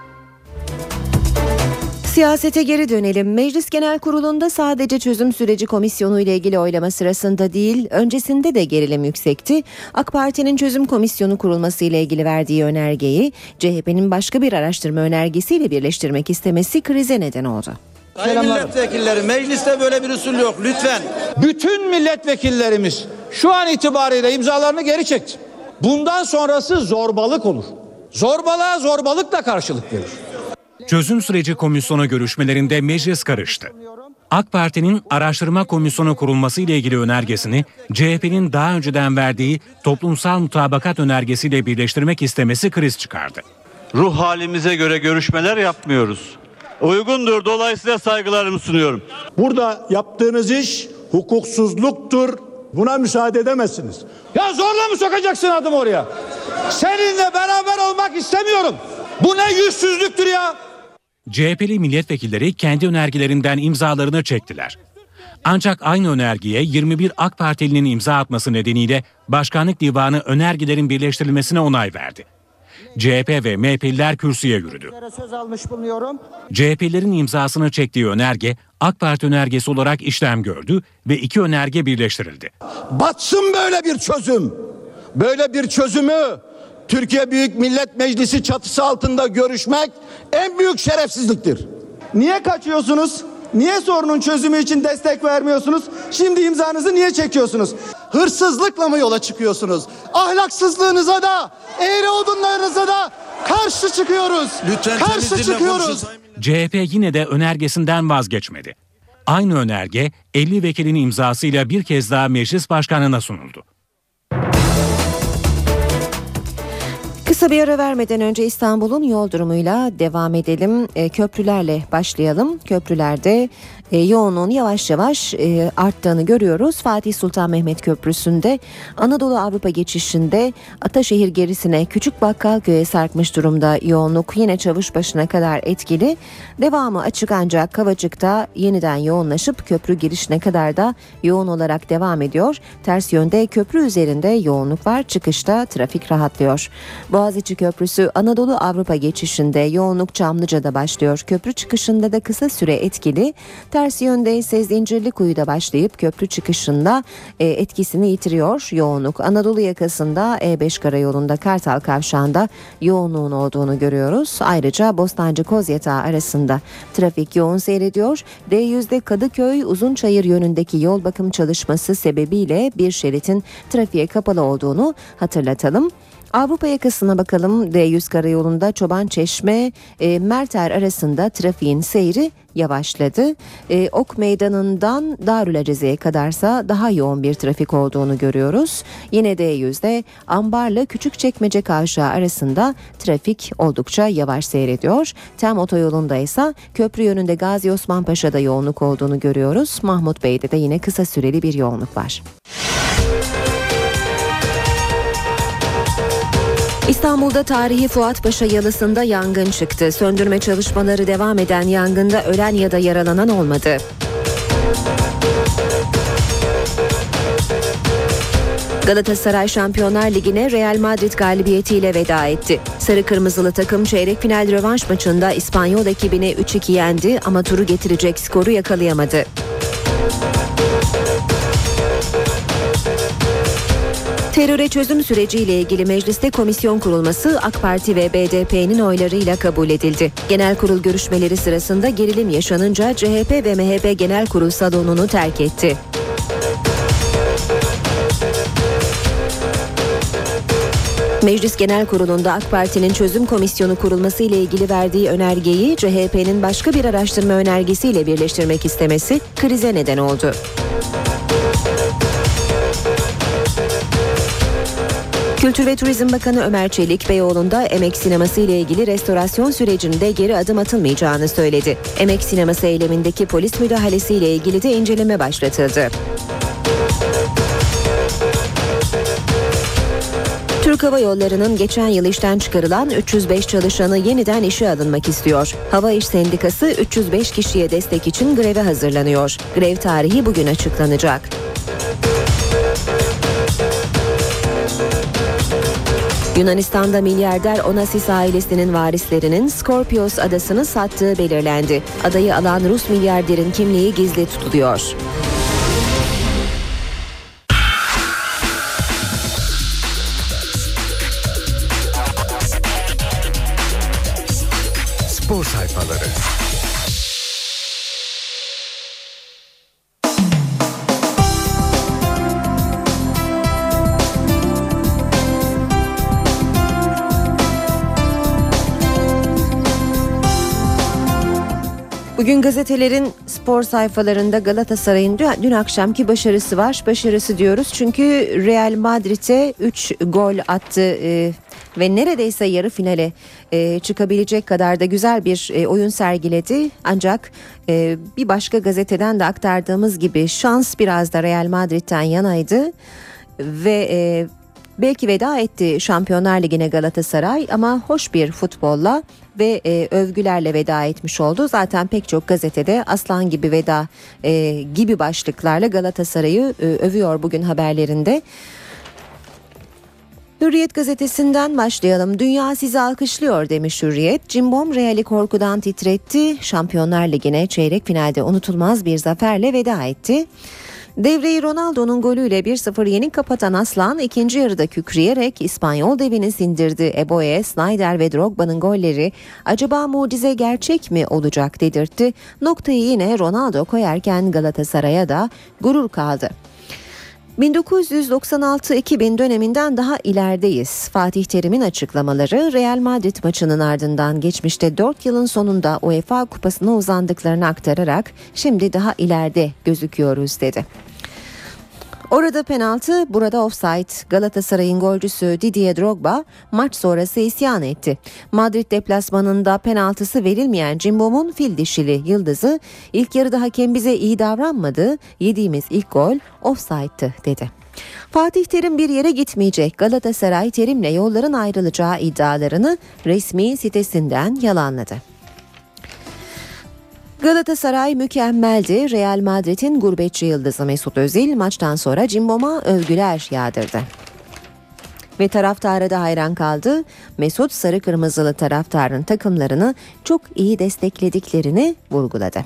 Siyasete geri dönelim. Meclis Genel Kurulu'nda sadece çözüm süreci komisyonu ile ilgili oylama sırasında değil, öncesinde de gerilim yüksekti. AK Parti'nin çözüm komisyonu kurulması ile ilgili verdiği önergeyi CHP'nin başka bir araştırma önergesiyle birleştirmek istemesi krize neden oldu. Sayın milletvekilleri, mecliste böyle bir usul yok lütfen. Bütün milletvekillerimiz şu an itibariyle imzalarını geri çekti. Bundan sonrası zorbalık olur. Zorbalığa zorbalıkla karşılık verir. Çözüm süreci komisyonu görüşmelerinde meclis karıştı. AK Parti'nin araştırma komisyonu kurulması ile ilgili önergesini CHP'nin daha önceden verdiği toplumsal mutabakat önergesiyle birleştirmek istemesi kriz çıkardı. Ruh halimize göre görüşmeler yapmıyoruz. Uygundur, dolayısıyla saygılarımı sunuyorum. Burada yaptığınız iş hukuksuzluktur. Buna müsaade edemezsiniz. Ya zorla mı sokacaksın adımı oraya? Seninle beraber olmak istemiyorum. Bu ne yüzsüzlüktür ya? CHP'li milletvekilleri kendi önergelerinden imzalarını çektiler. Ancak aynı önergeye 21 AK Partilinin imza atması nedeniyle Başkanlık Divanı önergelerin birleştirilmesine onay verdi. CHP ve MHP'liler kürsüye yürüdü. CHP'lilerin imzasını çektiği önerge AK Parti önergesi olarak işlem gördü ve 2 önerge birleştirildi. Batsın böyle bir çözüm. Böyle bir çözümü Türkiye Büyük Millet Meclisi çatısı altında görüşmek en büyük şerefsizliktir. Niye kaçıyorsunuz? Niye sorunun çözümü için destek vermiyorsunuz? Şimdi imzanızı niye çekiyorsunuz? Hırsızlıkla mı yola çıkıyorsunuz? Ahlaksızlığınıza da, eğri odunlarınıza da karşı çıkıyoruz. Lütfen karşı çıkıyoruz. CHP yine de önergesinden vazgeçmedi. Aynı önerge 50 vekilin imzasıyla bir kez daha meclis başkanına sunuldu. Kısa Kısa bir ara vermeden önce İstanbul'un yol durumuyla devam edelim. Köprülerle başlayalım. Köprülerde yoğunluğun yavaş yavaş arttığını görüyoruz. Fatih Sultan Mehmet Köprüsü'nde Anadolu Avrupa geçişinde Ataşehir gerisine Küçük Bakkalköy'e sarkmış durumda yoğunluk. Yine Çavuşbaşı'na kadar etkili. Devamı açık ancak Kavacık'ta yeniden yoğunlaşıp köprü girişine kadar da yoğun olarak devam ediyor. Ters yönde köprü üzerinde yoğunluk var. Çıkışta trafik rahatlıyor. Boğaziçi Köprüsü Anadolu Avrupa geçişinde yoğunluk Çamlıca'da başlıyor. Köprü çıkışında da kısa süre etkili. Ters yönde ise Zincirlikuyu'da başlayıp köprü çıkışında etkisini yitiriyor yoğunluk. Anadolu yakasında E5 karayolunda Kartal Kavşağı'nda yoğunluğun olduğunu görüyoruz. Ayrıca Bostancı Kozyatağı arasında trafik yoğun seyrediyor. D100'de Kadıköy Uzunçayır yönündeki yol bakım çalışması sebebiyle bir şeritin trafiğe kapalı olduğunu hatırlatalım. Avrupa yakasına bakalım. D100 karayolunda Çobançeşme Merter arasında trafiğin seyri yavaşladı. Ok Meydanı'ndan Darülaceze'ye kadarsa daha yoğun bir trafik olduğunu görüyoruz. Yine D100'de Ambar'la Küçükçekmece Kavşağı arasında trafik oldukça yavaş seyrediyor. Tem otoyolunda ise köprü yönünde Gazi Osman Paşa'da yoğunluk olduğunu görüyoruz. Mahmut Bey'de de yine kısa süreli bir yoğunluk var. İstanbul'da tarihi Fuatpaşa Yalısı'nda yangın çıktı. Söndürme çalışmaları devam eden yangında ölen ya da yaralanan olmadı. Galatasaray Şampiyonlar Ligi'ne Real Madrid galibiyetiyle veda etti. Sarı Kırmızılı takım çeyrek final rövanş maçında İspanyol ekibini 3-2 yendi ama turu getirecek skoru yakalayamadı. Teröre çözüm süreciyle ilgili mecliste komisyon kurulması AK Parti ve BDP'nin oylarıyla kabul edildi. Genel kurul görüşmeleri sırasında gerilim yaşanınca CHP ve MHP Genel Kurul salonunu terk etti. Meclis Genel Kurulu'nda AK Parti'nin çözüm komisyonu kurulması ile ilgili verdiği önergeyi CHP'nin başka bir araştırma önergesiyle birleştirmek istemesi krize neden oldu. Kültür ve Turizm Bakanı Ömer Çelik, Beyoğlu'nda Emek Sineması ile ilgili restorasyon sürecinde geri adım atılmayacağını söyledi. Emek Sineması eylemindeki polis müdahalesi ile ilgili de inceleme başlatıldı. Türk Hava Yolları'nın geçen yıl işten çıkarılan 305 çalışanı yeniden işe alınmak istiyor. Hava İş Sendikası 305 kişiye destek için greve hazırlanıyor. Grev tarihi bugün açıklanacak. Yunanistan'da milyarder Onassis ailesinin varislerinin Skorpios adasını sattığı belirlendi. Adayı alan Rus milyarderin kimliği gizli tutuluyor. Spor sayfaları. Bugün gazetelerin spor sayfalarında Galatasaray'ın dün akşamki başarısı var. Başarısı diyoruz çünkü Real Madrid'e 3 gol attı ve neredeyse yarı finale çıkabilecek kadar da güzel bir oyun sergiledi. Ancak bir başka gazeteden de aktardığımız gibi şans biraz da Real Madrid'den yanaydı ve belki veda etti Şampiyonlar Ligi'ne Galatasaray ama hoş bir futbolla ve övgülerle veda etmiş oldu. Zaten pek çok gazetede aslan gibi veda gibi başlıklarla Galatasaray'ı övüyor bugün haberlerinde. Hürriyet gazetesinden başlayalım. Dünya sizi alkışlıyor demiş Hürriyet. Cimbom Real'i korkudan titretti. Şampiyonlar Ligi'ne çeyrek finalde unutulmaz bir zaferle veda etti. Devreyi Ronaldo'nun golüyle 1-0 yenik kapatan Aslan ikinci yarıda kükreyerek İspanyol devini sindirdi. Eboe, Sneijder ve Drogba'nın golleri acaba mucize gerçek mi olacak dedirtti. Noktayı yine Ronaldo koyarken Galatasaray'a da gurur kaldı. 1996-2000 döneminden daha ilerideyiz. Fatih Terim'in açıklamaları Real Madrid maçının ardından geçmişte 4 yılın sonunda UEFA Kupası'na uzandıklarını aktararak şimdi daha ileride gözüküyoruz dedi. Orada penaltı, burada offside. Galatasaray'ın golcüsü Didier Drogba maç sonrası isyan etti. Madrid deplasmanında penaltısı verilmeyen Cimbom'un fil dişili yıldızı ilk yarıda hakem bize iyi davranmadı, yediğimiz ilk gol offside'tı dedi. Fatih Terim bir yere gitmeyecek. Galatasaray Terim'le yolların ayrılacağı iddialarını resmi sitesinden yalanladı. Galatasaray mükemmeldi. Real Madrid'in gurbetçi yıldızı Mesut Özil maçtan sonra Cimbom'a övgüler yağdırdı. Ve taraftara da hayran kaldı. Mesut sarı kırmızılı taraftarın takımlarını çok iyi desteklediklerini vurguladı.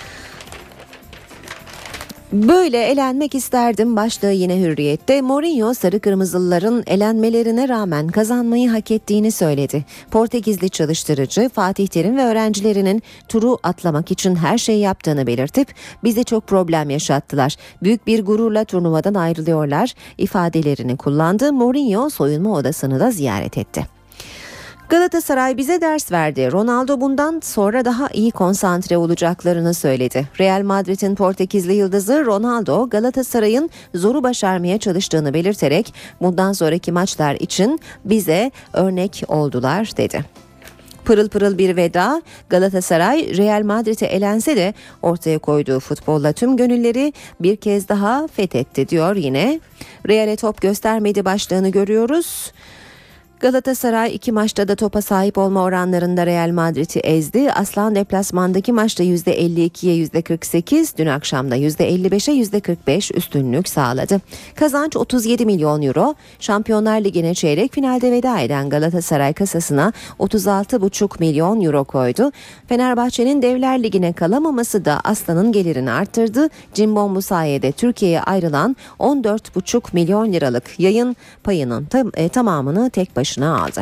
Böyle elenmek isterdim başlığı yine Hürriyet'te. Mourinho sarı kırmızılıların elenmelerine rağmen kazanmayı hak ettiğini söyledi. Portekizli çalıştırıcı Fatih Terim ve öğrencilerinin turu atlamak için her şeyi yaptığını belirtip bize çok problem yaşattılar. Büyük bir gururla turnuvadan ayrılıyorlar ifadelerini kullandı. Mourinho soyunma odasını da ziyaret etti. Galatasaray bize ders verdi. Ronaldo bundan sonra daha iyi konsantre olacaklarını söyledi. Real Madrid'in Portekizli yıldızı Ronaldo, Galatasaray'ın zoru başarmaya çalıştığını belirterek bundan sonraki maçlar için bize örnek oldular dedi. Pırıl pırıl bir veda. Galatasaray Real Madrid'e elense de ortaya koyduğu futbolla tüm gönülleri bir kez daha fethetti diyor yine. Real'e top göstermedi başlığını görüyoruz. Galatasaray 2 maçta da topa sahip olma oranlarında Real Madrid'i ezdi. Aslan deplasmandaki maçta %52'ye %48, dün akşamda %55'e %45 üstünlük sağladı. Kazanç 37 milyon euro. Şampiyonlar Ligi'ne çeyrek finalde veda eden Galatasaray kasasına 36,5 milyon euro koydu. Fenerbahçe'nin Devler Ligi'ne kalamaması da Aslan'ın gelirini arttırdı. Cimbom bu sayede Türkiye'ye ayrılan 14,5 milyon liralık yayın payının tamamını tek başına aldı.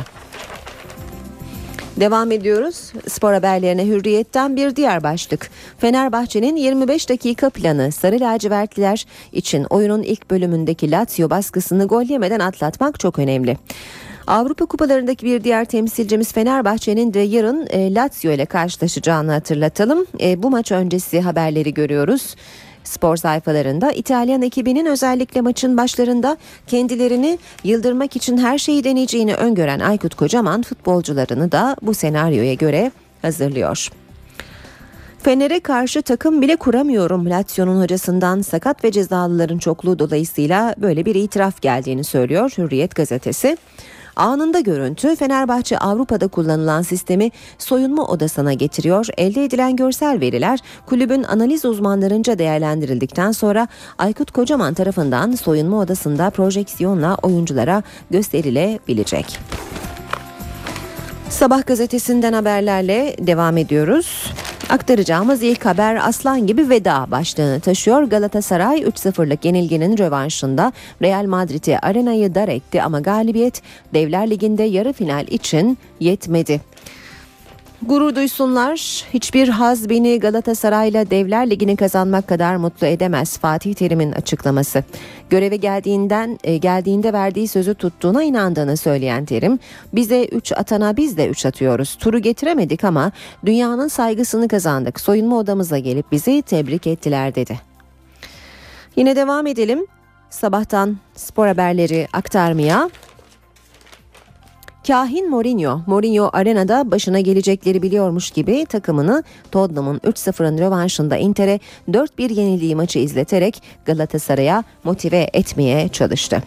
Devam ediyoruz. Spor haberlerine Hürriyet'ten bir diğer başlık. Fenerbahçe'nin 25 dakika planı. Sarı lacivertliler için oyunun ilk bölümündeki Lazio baskısını gol yemeden atlatmak çok önemli. Avrupa kupalarındaki bir diğer temsilcimiz Fenerbahçe'nin de yarın Lazio ile karşılaşacağını hatırlatalım. Bu maç öncesi haberleri görüyoruz. Spor sayfalarında İtalyan ekibinin özellikle maçın başlarında kendilerini yıldırmak için her şeyi deneyeceğini öngören Aykut Kocaman futbolcularını da bu senaryoya göre hazırlıyor. Fener'e karşı takım bile kuramıyorum. Lazio'nun hocasından sakat ve cezalıların çokluğu dolayısıyla böyle bir itiraf geldiğini söylüyor Hürriyet gazetesi. Anında görüntü Fenerbahçe Avrupa'da kullanılan sistemi soyunma odasına getiriyor. Elde edilen görsel veriler kulübün analiz uzmanlarınca değerlendirildikten sonra Aykut Kocaman tarafından soyunma odasında projeksiyonla oyunculara gösterilebilecek. Sabah gazetesinden haberlerle devam ediyoruz. Aktaracağımız ilk haber aslan gibi veda başlığını taşıyor. Galatasaray 3-0'lık yenilginin rövanşında Real Madrid'e arenayı dar etti ama galibiyet Devler Ligi'nde yarı final için yetmedi. Gurur duysunlar, hiçbir haz beni Galatasaray'la Devler Ligi'ni kazanmak kadar mutlu edemez. Fatih Terim'in açıklaması. Göreve geldiğinde verdiği sözü tuttuğuna inandığını söyleyen Terim, bize 3 atana biz de 3 atıyoruz. Turu getiremedik ama dünyanın saygısını kazandık. Soyunma odamıza gelip bizi tebrik ettiler dedi. Yine devam edelim. Sabahtan spor haberleri aktarmaya. Kahin Mourinho arenada başına gelecekleri biliyormuş gibi takımını Tottenham'ın 3-0'ın rövanşında Inter'e 4-1 yenildiği maçı izleterek Galatasaray'a motive etmeye çalıştı.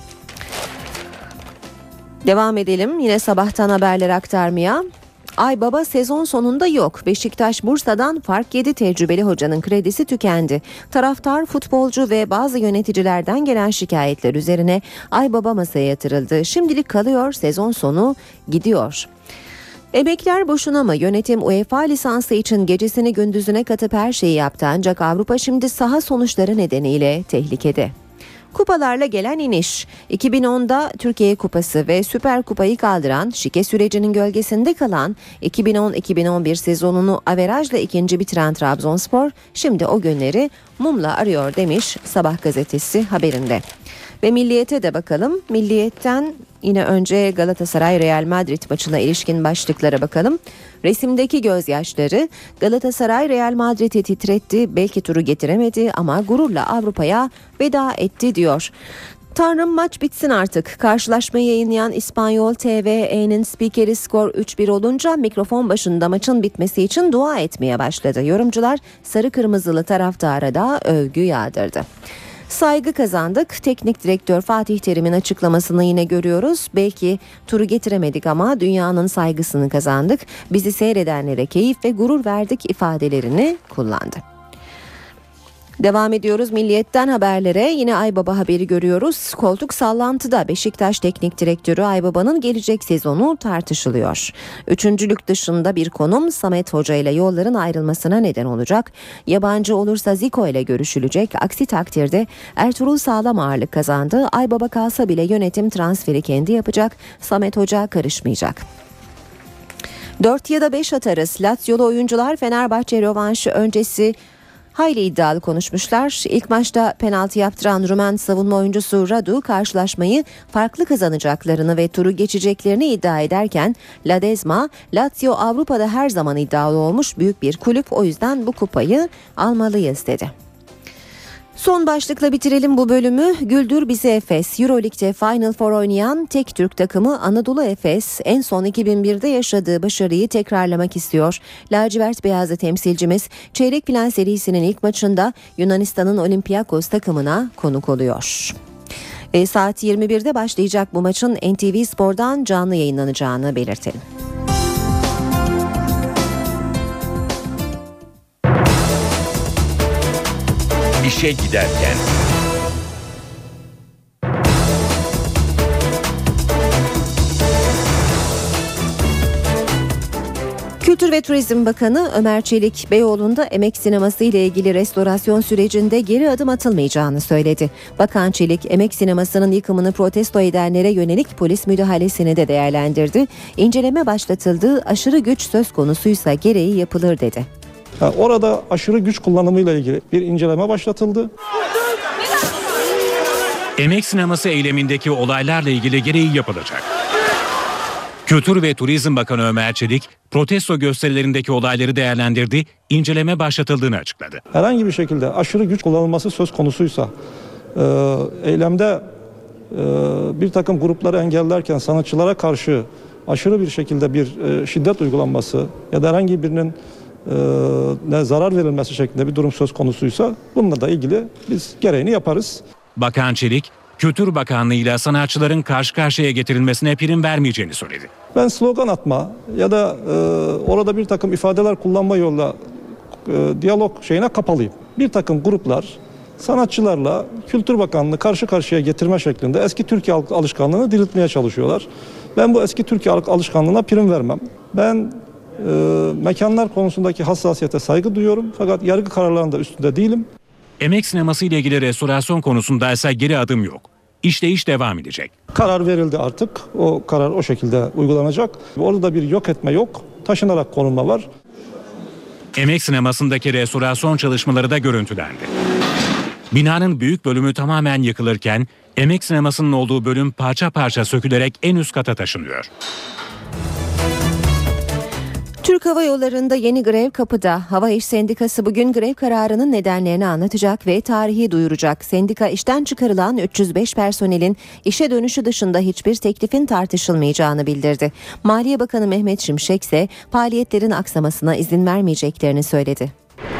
Devam edelim yine sabahtan haberler aktarmaya. Aybaba sezon sonunda yok. Beşiktaş Bursa'dan fark yedi, tecrübeli hocanın kredisi tükendi. Taraftar, futbolcu ve bazı yöneticilerden gelen şikayetler üzerine Aybaba masaya yatırıldı. Şimdilik kalıyor, sezon sonu gidiyor. Emekler boşuna mı? Yönetim UEFA lisansı için gecesini gündüzüne katıp her şeyi yaptı ancak Avrupa şimdi saha sonuçları nedeniyle tehlikede. Kupalarla gelen iniş. 2010'da Türkiye Kupası ve Süper Kupayı kaldıran, şike sürecinin gölgesinde kalan 2010-2011 sezonunu averajla ikinci bitiren Trabzonspor şimdi o günleri mumla arıyor demiş Sabah gazetesi haberinde. Ve Milliyet'e de bakalım. Milliyet'ten yine önce Galatasaray Real Madrid maçına ilişkin başlıklara bakalım. Resimdeki gözyaşları Galatasaray Real Madrid'i titretti, belki turu getiremedi ama gururla Avrupa'ya veda etti diyor. Tanrım maç bitsin artık. Karşılaşmayı yayınlayan İspanyol TVE'nin spikeri skor 3-1 olunca mikrofon başında maçın bitmesi için dua etmeye başladı. Yorumcular sarı kırmızılı taraftara da övgü yağdırdı. Saygı kazandık. Teknik direktör Fatih Terim'in açıklamasını yine görüyoruz. Belki turu getiremedik ama dünyanın saygısını kazandık. Bizi seyredenlere keyif ve gurur verdik ifadelerini kullandı. Devam ediyoruz Milliyet'ten haberlere. Yine Aybaba haberi görüyoruz. Koltuk sallantıda Beşiktaş Teknik Direktörü Aybaba'nın gelecek sezonu tartışılıyor. Üçüncülük dışında bir konum Samet Hoca ile yolların ayrılmasına neden olacak. Yabancı olursa Zico ile görüşülecek. Aksi takdirde Ertuğrul sağlam ağırlık kazandı. Aybaba kalsa bile yönetim transferi kendi yapacak. Samet Hoca karışmayacak. 4 ya da 5 atarız. Lazio'lu oyuncular Fenerbahçe rövanşı öncesi hayli iddialı konuşmuşlar. İlk maçta penaltı yaptıran Rumen savunma oyuncusu Radu karşılaşmayı farklı kazanacaklarını ve turu geçeceklerini iddia ederken Ledezma, Lazio Avrupa'da her zaman iddialı olmuş büyük bir kulüp, o yüzden bu kupayı almalıyız dedi. Son başlıkla bitirelim bu bölümü. Güldür bizi Efes. Euroleague'de Final Four oynayan tek Türk takımı Anadolu Efes en son 2001'de yaşadığı başarıyı tekrarlamak istiyor. Lacivert beyazlı temsilcimiz çeyrek final serisinin ilk maçında Yunanistan'ın Olympiakos takımına konuk oluyor. Saat 21'de başlayacak bu maçın NTV Spor'dan canlı yayınlanacağını belirtelim. İşe giderken. Kültür ve Turizm Bakanı Ömer Çelik, Beyoğlu'nda Emek Sineması ile ilgili restorasyon sürecinde geri adım atılmayacağını söyledi. Bakan Çelik, Emek Sineması'nın yıkımını protesto edenlere yönelik polis müdahalesini de değerlendirdi. İnceleme başlatıldı, aşırı güç söz konusuysa gereği yapılır dedi. Orada aşırı güç kullanımıyla ilgili bir inceleme başlatıldı. Emek sineması eylemindeki olaylarla ilgili gereği yapılacak. Kültür ve Turizm Bakanı Ömer Çelik, protesto gösterilerindeki olayları değerlendirdi, inceleme başlatıldığını açıkladı. Herhangi bir şekilde aşırı güç kullanılması söz konusuysa, eylemde bir takım grupları engellerken sanatçılara karşı aşırı bir şekilde bir şiddet uygulanması ya da herhangi birinin zarar verilmesi şeklinde bir durum söz konusuysa bununla da ilgili biz gereğini yaparız. Bakan Çelik, Kültür Bakanlığı ile sanatçıların karşı karşıya getirilmesine prim vermeyeceğini söyledi. Ben slogan atma ya da orada bir takım ifadeler kullanma yoluyla diyalog şeyine kapalıyım. Bir takım gruplar sanatçılarla Kültür Bakanlığı karşı karşıya getirme şeklinde eski Türkiye alışkanlığını diriltmeye çalışıyorlar. Ben bu eski Türkiye alışkanlığına prim vermem. Ben mekanlar konusundaki hassasiyete saygı duyuyorum fakat yargı kararlarında üstünde değilim. Emek sineması ile ilgili restorasyon konusunda ise geri adım yok. İşleyiş devam edecek. Karar verildi artık. O karar o şekilde uygulanacak. Orada da bir yok etme yok. Taşınarak konulma var. Emek sinemasındaki restorasyon çalışmaları da görüntülendi. Binanın büyük bölümü tamamen yıkılırken Emek sinemasının olduğu bölüm parça parça sökülerek en üst kata taşınıyor. Türk Hava Yolları'nda yeni grev kapıda. Hava İş Sendikası bugün grev kararının nedenlerini anlatacak ve tarihi duyuracak. Sendika işten çıkarılan 305 personelin işe dönüşü dışında hiçbir teklifin tartışılmayacağını bildirdi. Maliye Bakanı Mehmet Şimşek ise faaliyetlerin aksamasına izin vermeyeceklerini söyledi.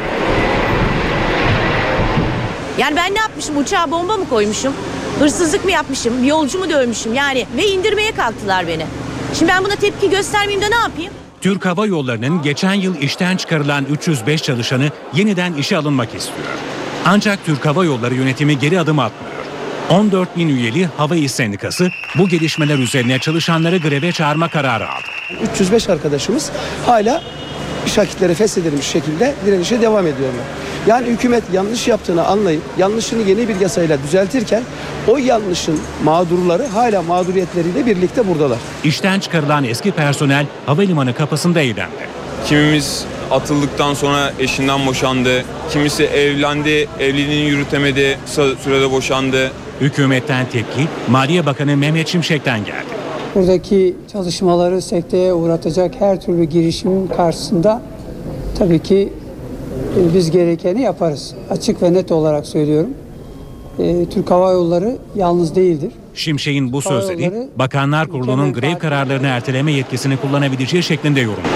Yani ben ne yapmışım? Uçağa bomba mı koymuşum? Hırsızlık mı yapmışım? Yolcu mu dövmüşüm? Yani ve indirmeye kalktılar beni. Şimdi ben buna tepki göstermeyeyim de ne yapayım? Türk Hava Yolları'nın geçen yıl işten çıkarılan 305 çalışanı yeniden işe alınmak istiyor. Ancak Türk Hava Yolları yönetimi geri adım atmıyor. 14 bin üyeli Hava İş Sendikası bu gelişmeler üzerine çalışanları greve çağırma kararı aldı. 305 arkadaşımız hala iş akitleri feshedilmiş şekilde direnişe devam ediyorlar. Yani hükümet yanlış yaptığını anlayıp yanlışını yeni bir yasayla düzeltirken o yanlışın mağdurları hala mağduriyetleriyle birlikte buradalar. İşten çıkarılan eski personel havalimanı kapısında eylemde. Kimimiz atıldıktan sonra eşinden boşandı, kimisi evlendi, evliliğini yürütemedi, kısa sürede boşandı. Hükümetten tepki Maliye Bakanı Mehmet Şimşek'ten geldi. Buradaki çalışmaları sekteye uğratacak her türlü girişimin karşısında tabii ki biz gerekeni yaparız. Açık ve net olarak söylüyorum. Türk Hava Yolları yalnız değildir. Şimşek'in bu sözleri Bakanlar Kurulu'nun grev kararlarını erteleme yetkisini kullanabileceği şeklinde yorumlandı.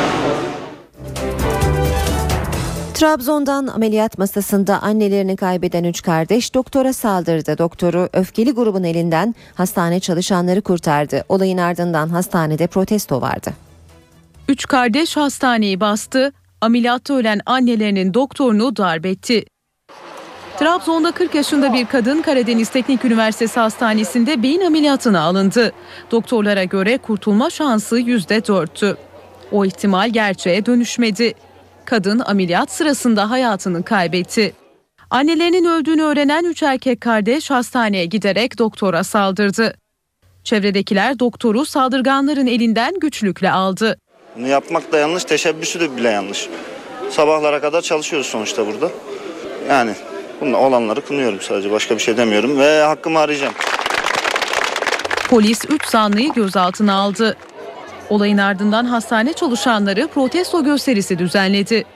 Trabzon'dan ameliyat masasında annelerini kaybeden 3 kardeş doktora saldırdı. Doktoru öfkeli grubun elinden hastane çalışanları kurtardı. Olayın ardından hastanede protesto vardı. 3 kardeş hastaneyi bastı. Ameliyatta ölen annelerinin doktorunu darp etti. Trabzon'da 40 yaşında bir kadın Karadeniz Teknik Üniversitesi Hastanesi'nde beyin ameliyatına alındı. Doktorlara göre kurtulma şansı %4'tü. O ihtimal gerçeğe dönüşmedi. Kadın ameliyat sırasında hayatını kaybetti. Annelerinin öldüğünü öğrenen 3 erkek kardeş hastaneye giderek doktora saldırdı. Çevredekiler doktoru saldırganların elinden güçlükle aldı. Bunu yapmak da yanlış, teşebbüsü de bile yanlış. Sabahlara kadar çalışıyoruz sonuçta burada. Yani bununla olanları kınıyorum sadece, başka bir şey demiyorum ve hakkımı arayacağım. Polis 3 zanlıyı gözaltına aldı. Olayın ardından hastane çalışanları protesto gösterisi düzenledi.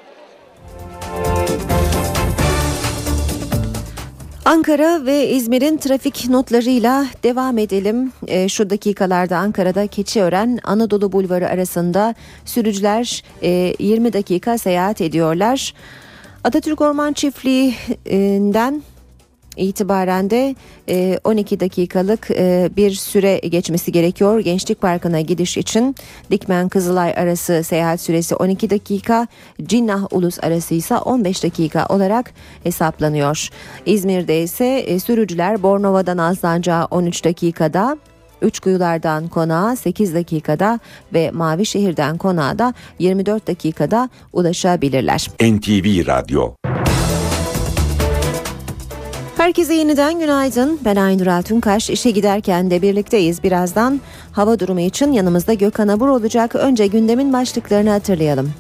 Ankara ve İzmir'in trafik notlarıyla devam edelim. Şu dakikalarda Ankara'da Keçiören Anadolu Bulvarı arasında sürücüler 20 dakika seyahat ediyorlar. Atatürk Orman Çiftliği'nden itibaren de 12 dakikalık bir süre geçmesi gerekiyor. Gençlik Parkı'na gidiş için Dikmen Kızılay arası seyahat süresi 12 dakika, Cinnah Ulus arası ise 15 dakika olarak hesaplanıyor. İzmir'de ise sürücüler Bornova'dan Alsancak'a 13 dakikada, Üçkuyular'dan Konağa 8 dakikada ve Mavişehir'den Konağa da 24 dakikada ulaşabilirler. NTV Radyo. Herkese yeniden günaydın. Ben Aynur Altunkaş. İşe giderken de birlikteyiz. Birazdan hava durumu için yanımızda Gökhan Abur olacak. Önce gündemin başlıklarını hatırlayalım.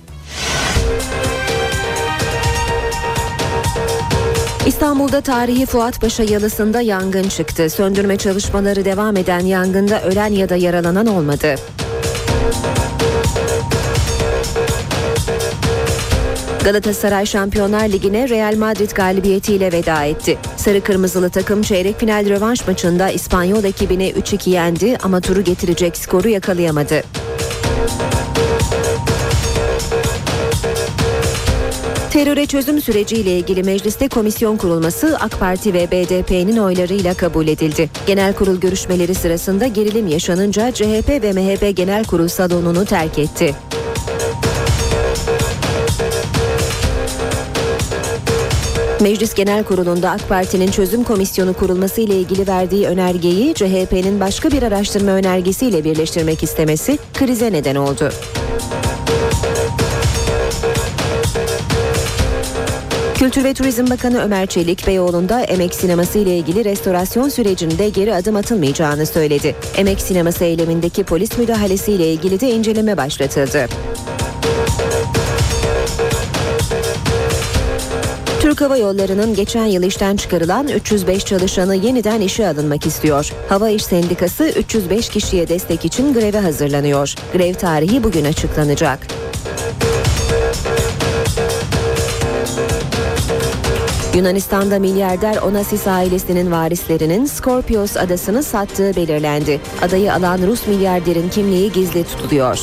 İstanbul'da tarihi Fuatpaşa Yalısı'nda yangın çıktı. Söndürme çalışmaları devam eden yangında ölen ya da yaralanan olmadı. Galatasaray Şampiyonlar Ligi'ne Real Madrid galibiyetiyle veda etti. Sarı Kırmızılı takım çeyrek final rövanş maçında İspanyol ekibini 3-2 yendi ama turu getirecek skoru yakalayamadı. Teröre çözüm süreciyle ilgili mecliste komisyon kurulması AK Parti ve BDP'nin oylarıyla kabul edildi. Genel kurul görüşmeleri sırasında gerilim yaşanınca CHP ve MHP Genel Kurul salonunu terk etti. Meclis Genel Kurulu'nda AK Parti'nin çözüm komisyonu kurulması ile ilgili verdiği önergeyi CHP'nin başka bir araştırma önergesiyle birleştirmek istemesi krize neden oldu. Kültür ve Turizm Bakanı Ömer Çelik, Beyoğlu'nda Emek Sineması ile ilgili restorasyon sürecinde geri adım atılmayacağını söyledi. Emek Sineması eylemindeki polis müdahalesi ile ilgili de inceleme başlatıldı. Türk Hava Yolları'nın geçen yıl işten çıkarılan 305 çalışanı yeniden işe alınmak istiyor. Hava İş Sendikası 305 kişiye destek için greve hazırlanıyor. Grev tarihi bugün açıklanacak. Yunanistan'da milyarder Onassis ailesinin varislerinin Skorpios adasını sattığı belirlendi. Adayı alan Rus milyarderin kimliği gizli tutuluyor.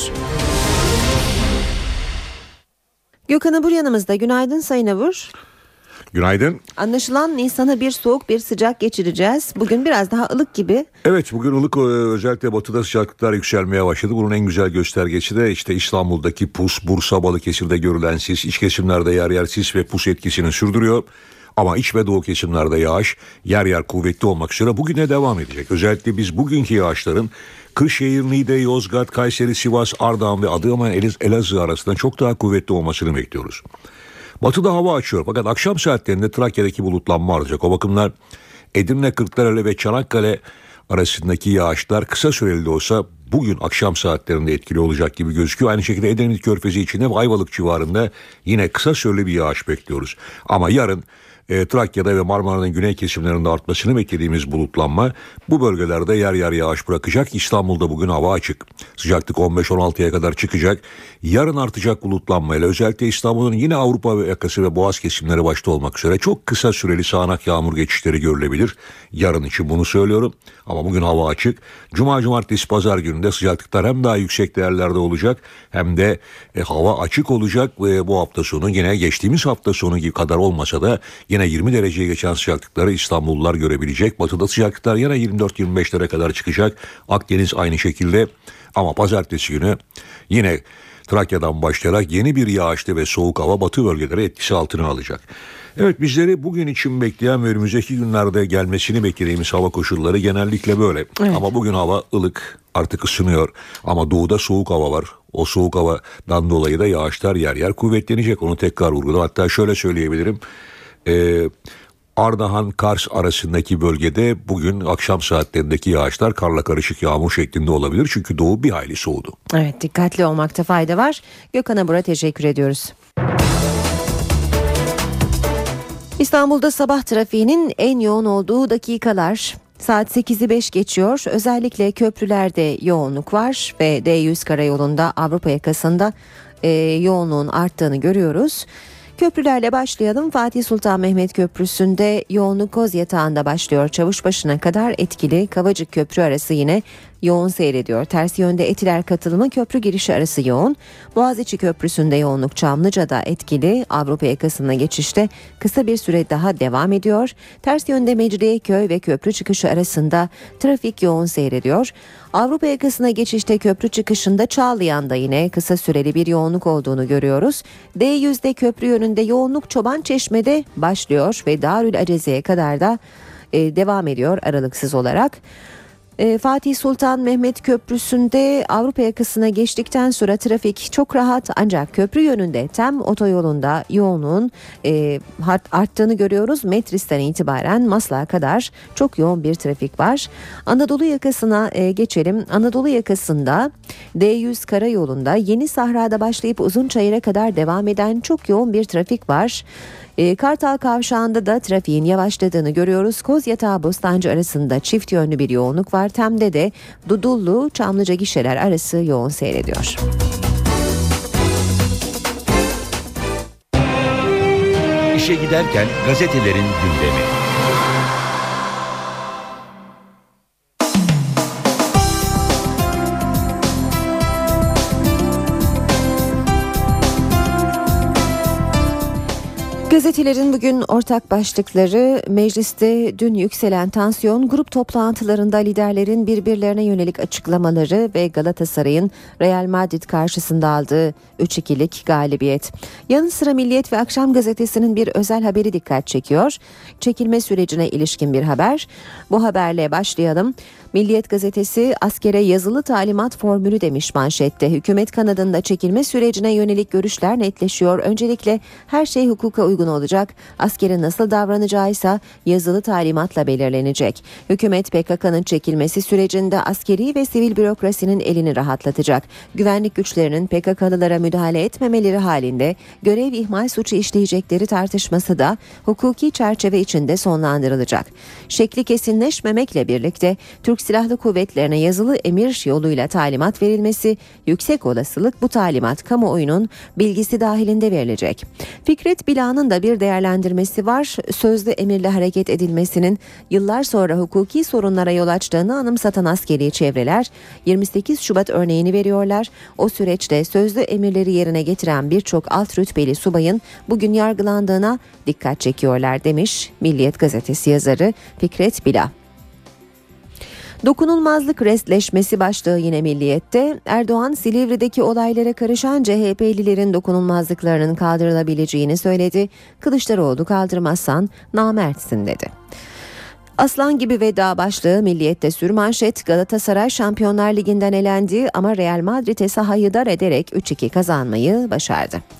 Gökhan Abur yanımızda. Günaydın Sayın Abur. Günaydın. Anlaşılan Nisan'ı bir soğuk bir sıcak geçireceğiz. Bugün biraz daha ılık gibi. Evet, bugün ılık, özellikle batıda sıcaklıklar yükselmeye başladı. Bunun en güzel göstergesi de işte İstanbul'daki pus, Bursa, Balıkesir'de görülen sis, iç kesimlerde yer yer sis ve pus etkisini sürdürüyor. Ama iç ve doğu kesimlerde yağış yer yer kuvvetli olmak üzere bugüne devam edecek. Özellikle biz bugünkü yağışların Kırşehir, Niğde, Yozgat, Kayseri, Sivas, Ardahan ve Adıyaman, Elazığ arasında çok daha kuvvetli olmasını bekliyoruz. Batıda hava açıyor fakat akşam saatlerinde Trakya'daki bulutlanma artacak. O bakımdan Edirne, Kırklareli ve Çanakkale arasındaki yağışlar kısa süreli de olsa bugün akşam saatlerinde etkili olacak gibi gözüküyor. Aynı şekilde Edremit Körfezi içinde ve Ayvalık civarında yine kısa süreli bir yağış bekliyoruz. Ama yarın Trakya'da ve Marmara'nın güney kesimlerinde artmasını beklediğimiz bulutlanma bu bölgelerde yer yer yağış bırakacak. İstanbul'da bugün hava açık. Sıcaklık 15-16'ya kadar çıkacak. Yarın artacak bulutlanmayla özellikle İstanbul'un yine Avrupa yakası ve Boğaz kesimleri başta olmak üzere çok kısa süreli sağanak yağmur geçişleri görülebilir. Yarın için bunu söylüyorum. Ama bugün hava açık. Cuma, cumartesi, pazar gününde sıcaklıklar hem daha yüksek değerlerde olacak hem de hava açık olacak ve bu hafta sonu yine geçtiğimiz hafta sonu gibi kadar olmasa da yine 20 dereceye geçen sıcaklıkları İstanbullular görebilecek. Batıda sıcaklıklar yine 24-25'lere kadar çıkacak. Akdeniz aynı şekilde ama pazartesi günü yine Trakya'dan başlayarak yeni bir yağışlı ve soğuk hava batı bölgeleri etkisi altına alacak. Evet, bizleri bugün için bekleyen ve önümüzdeki günlerde gelmesini beklediğimiz hava koşulları genellikle böyle. Evet. Ama bugün hava ılık, artık ısınıyor ama doğuda soğuk hava var. O soğuk havadan dolayı da yağışlar yer yer kuvvetlenecek. Onu tekrar vurguladım. Hatta şöyle söyleyebilirim. Ardahan-Kars arasındaki bölgede bugün akşam saatlerindeki yağışlar karla karışık yağmur şeklinde olabilir. Çünkü doğu bir hayli soğudu. Evet, dikkatli olmakta fayda var. Gökhan Abur'a teşekkür ediyoruz. İstanbul'da sabah trafiğinin en yoğun olduğu dakikalar. Saat 8'i 5 geçiyor. Özellikle köprülerde yoğunluk var ve D100 karayolunda Avrupa yakasında yoğunluğun arttığını görüyoruz. Köprülerle başlayalım. Fatih Sultan Mehmet Köprüsü'nde yoğunluk Kozyatağı'nda başlıyor. Çavuşbaşı'na kadar etkili. Kavacık Köprü arası yine yoğun seyrediyor. Ters yönde Etiler katılımı köprü girişi arası yoğun. Boğaziçi Köprüsü'nde yoğunluk Çamlıca'da etkili. Avrupa yakasına geçişte kısa bir süre daha devam ediyor. Ters yönde Mecidiyeköy ve köprü çıkışı arasında trafik yoğun seyrediyor. Avrupa yakasına geçişte köprü çıkışında Çağlayan'da yine kısa süreli bir yoğunluk olduğunu görüyoruz. D100'de köprü yönünde yoğunluk Çobançeşme'de başlıyor ve Darülaceze'ye kadar da devam ediyor aralıksız olarak. Fatih Sultan Mehmet Köprüsü'nde Avrupa yakasına geçtikten sonra trafik çok rahat, ancak köprü yönünde TEM otoyolunda yoğunluğun arttığını görüyoruz. Metris'ten itibaren Maslak'a kadar çok yoğun bir trafik var. Anadolu yakasına geçelim. Anadolu yakasında D100 karayolunda Yeni Sahra'da başlayıp Uzunçayır'a kadar devam eden çok yoğun bir trafik var. Kartal Kavşağı'nda da trafiğin yavaşladığını görüyoruz. Kozyatağı Bostancı arasında çift yönlü bir yoğunluk var. TEM'de de Dudullu Çamlıca gişeler arası yoğun seyrediyor. İşe giderken gazetelerin gündemi. Gazetelerin bugün ortak başlıkları: mecliste dün yükselen tansiyon, grup toplantılarında liderlerin birbirlerine yönelik açıklamaları ve Galatasaray'ın Real Madrid karşısında aldığı 3-2'lik galibiyet. Yanı sıra Milliyet ve Akşam Gazetesi'nin bir özel haberi dikkat çekiyor. Çekilme sürecine ilişkin bir haber. Bu haberle başlayalım. Milliyet gazetesi askere yazılı talimat formülü demiş manşette. Hükümet kanadında çekilme sürecine yönelik görüşler netleşiyor. Öncelikle her şey hukuka uygun olacak. Askerin nasıl davranacağıysa yazılı talimatla belirlenecek. Hükümet PKK'nın çekilmesi sürecinde askeri ve sivil bürokrasinin elini rahatlatacak. Güvenlik güçlerinin PKK'lılara müdahale etmemeleri halinde görev ihmal suçu işleyecekleri tartışması da hukuki çerçeve içinde sonlandırılacak. Şekli kesinleşmemekle birlikte Türk Silahlı Kuvvetlerine yazılı emir yoluyla talimat verilmesi, yüksek olasılık bu talimat kamuoyunun bilgisi dahilinde verilecek. Fikret Bila'nın da bir değerlendirmesi var. Sözlü emirle hareket edilmesinin yıllar sonra hukuki sorunlara yol açtığını anımsatan askeri çevreler 28 Şubat örneğini veriyorlar. O süreçte sözlü emirleri yerine getiren birçok alt rütbeli subayın bugün yargılandığına dikkat çekiyorlar demiş Milliyet gazetesi yazarı Fikret Bila. Dokunulmazlık restleşmesi başlığı yine Milliyet'te. Erdoğan Silivri'deki olaylara karışan CHP'lilerin dokunulmazlıklarının kaldırılabileceğini söyledi. Kılıçdaroğlu kaldırmazsan namertsin dedi. Aslan gibi veda başlığı Milliyet'te sürmanşet. Galatasaray Şampiyonlar Ligi'nden elendi ama Real Madrid'e sahayı dar ederek 3-2 kazanmayı başardı.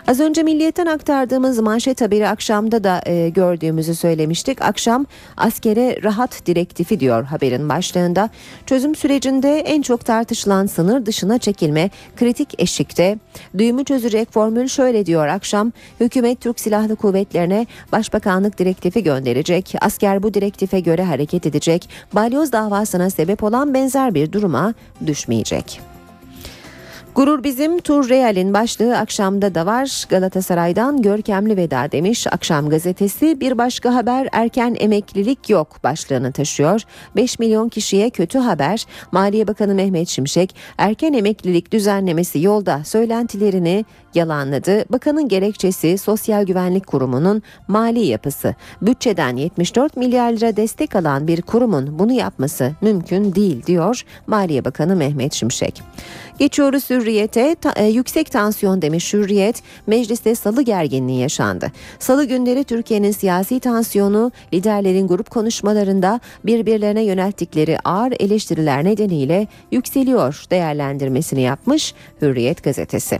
Az önce Milliyet'ten aktardığımız manşet haberi akşamda da gördüğümüzü söylemiştik. Akşam askere rahat direktifi diyor haberin başlığında. Çözüm sürecinde en çok tartışılan sınır dışına çekilme kritik eşikte. Düğümü çözecek formül şöyle diyor akşam. Hükümet Türk Silahlı Kuvvetlerine Başbakanlık direktifi gönderecek. Asker bu direktife göre hareket edecek. Balyoz davasına sebep olan benzer bir duruma düşmeyecek. Gurur bizim, Tur Real'in başlığı akşamda da var. Galatasaray'dan görkemli veda demiş Akşam gazetesi. Bir başka haber erken emeklilik yok başlığını taşıyor. 5 milyon kişiye kötü haber. Maliye Bakanı Mehmet Şimşek erken emeklilik düzenlemesi yolda söylentilerini yalanladı. Bakanın gerekçesi Sosyal Güvenlik Kurumu'nun mali yapısı. Bütçeden 74 milyar lira destek alan bir kurumun bunu yapması mümkün değil diyor Maliye Bakanı Mehmet Şimşek. Geçiyoruz Hürriyet'e. Yüksek tansiyon demiş Hürriyet. Mecliste salı gerginliği yaşandı. Salı günleri Türkiye'nin siyasi tansiyonu liderlerin grup konuşmalarında birbirlerine yönelttikleri ağır eleştiriler nedeniyle yükseliyor değerlendirmesini yapmış Hürriyet gazetesi.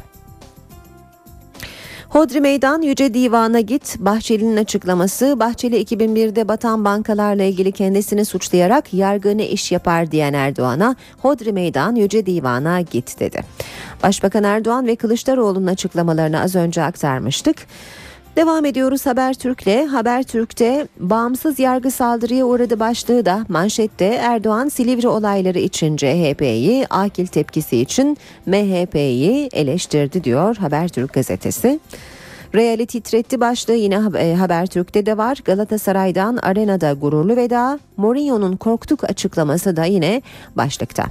Hodri Meydan Yüce Divan'a git. Bahçeli'nin açıklaması. Bahçeli 2001'de batan bankalarla ilgili kendisini suçlayarak yargı ne iş yapar diyen Erdoğan'a Hodri Meydan Yüce Divan'a git dedi. Başbakan Erdoğan ve Kılıçdaroğlu'nun açıklamalarını az önce aktarmıştık. Devam ediyoruz Habertürk'le. Habertürk'te bağımsız yargı saldırıya uğradı başlığı da manşette. Erdoğan Silivri olayları için CHP'yi, akil tepkisi için MHP'yi eleştirdi diyor Habertürk gazetesi. Real'i titretti başlığı yine Habertürk'te de var. Galatasaray'dan arenada gururlu veda. Mourinho'nun korktuk açıklaması da yine başlıkta.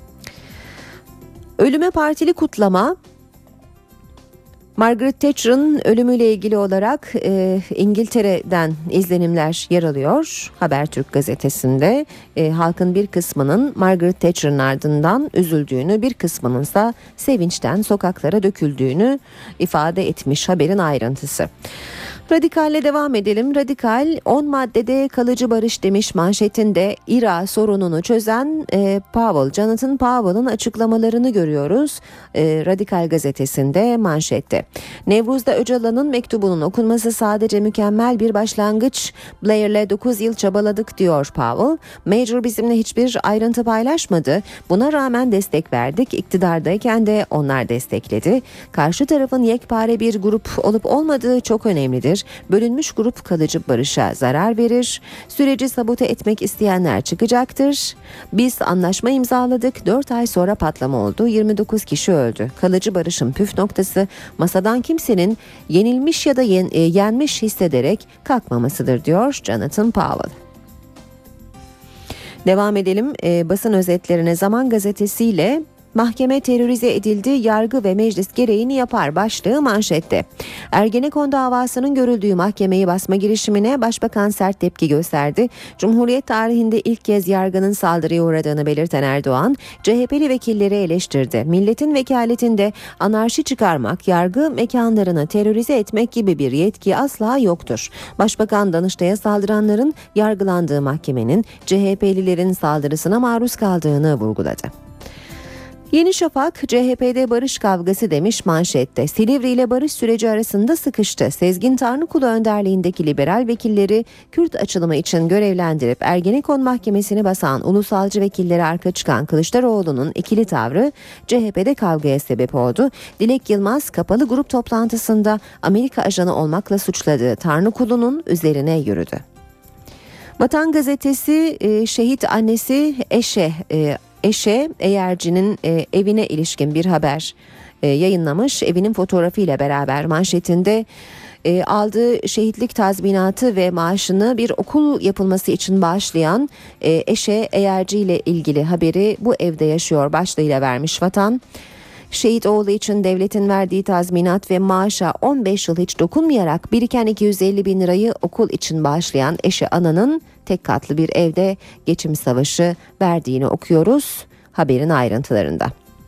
Ölüme partili kutlama. Margaret Thatcher'ın ölümüyle ilgili olarak İngiltere'den izlenimler yer alıyor. Habertürk gazetesinde halkın bir kısmının Margaret Thatcher'ın ardından üzüldüğünü, bir kısmının ise sevinçten sokaklara döküldüğünü ifade etmiş haberin ayrıntısı. Radikal'le devam edelim. Radikal 10 maddede kalıcı barış demiş manşetinde. İRA sorununu çözen Jonathan Powell'ın açıklamalarını görüyoruz. Radikal gazetesinde manşette. Nevruz'da Öcalan'ın mektubunun okunması sadece mükemmel bir başlangıç. Blair'le 9 yıl çabaladık diyor Powell. Major bizimle hiçbir ayrıntı paylaşmadı. Buna rağmen destek verdik. İktidardayken de onlar destekledi. Karşı tarafın yekpare bir grup olup olmadığı çok önemlidir. Bölünmüş grup kalıcı barışa zarar verir. Süreci sabote etmek isteyenler çıkacaktır. Biz anlaşma imzaladık. 4 ay sonra patlama oldu. 29 kişi öldü. Kalıcı barışın püf noktası masadan kimsenin yenilmiş ya da yenmiş hissederek kalkmamasıdır diyor Jonathan Powell. Devam edelim basın özetlerine. Zaman gazetesiyle mahkeme terörize edildi, yargı ve meclis gereğini yapar başlığı manşette. Ergenekon davasının görüldüğü mahkemeyi basma girişimine Başbakan sert tepki gösterdi. Cumhuriyet tarihinde ilk kez yargının saldırıya uğradığını belirten Erdoğan, CHP'li vekilleri eleştirdi. Milletin vekaletinde anarşi çıkarmak, yargı mekanlarını terörize etmek gibi bir yetki asla yoktur. Başbakan Danıştay'a saldıranların yargılandığı mahkemenin CHP'lilerin saldırısına maruz kaldığını vurguladı. Yeni Şafak, CHP'de barış kavgası demiş manşette. Silivri ile barış süreci arasında sıkıştı. Sezgin Tanrıkulu önderliğindeki liberal vekilleri Kürt açılımı için görevlendirip Ergenekon mahkemesini basan ulusalcı vekillere arka çıkan Kılıçdaroğlu'nun ikili tavrı CHP'de kavgaya sebep oldu. Dilek Yılmaz kapalı grup toplantısında Amerika ajanı olmakla suçladığı Tanrıkulu'nun üzerine yürüdü. Vatan gazetesi şehit annesi Eşe Eğerci'nin evine ilişkin bir haber yayınlamış. Evinin fotoğrafıyla beraber manşetinde aldığı şehitlik tazminatı ve maaşını bir okul yapılması için bağışlayan Eşe Eğerci ile ilgili haberi bu evde yaşıyor başlığıyla vermiş Vatan. Şehit oğlu için devletin verdiği tazminat ve maaşa 15 yıl hiç dokunmayarak biriken 250 bin lirayı okul için bağışlayan eşi Ana'nın tek katlı bir evde geçim savaşı verdiğini okuyoruz haberin ayrıntılarında.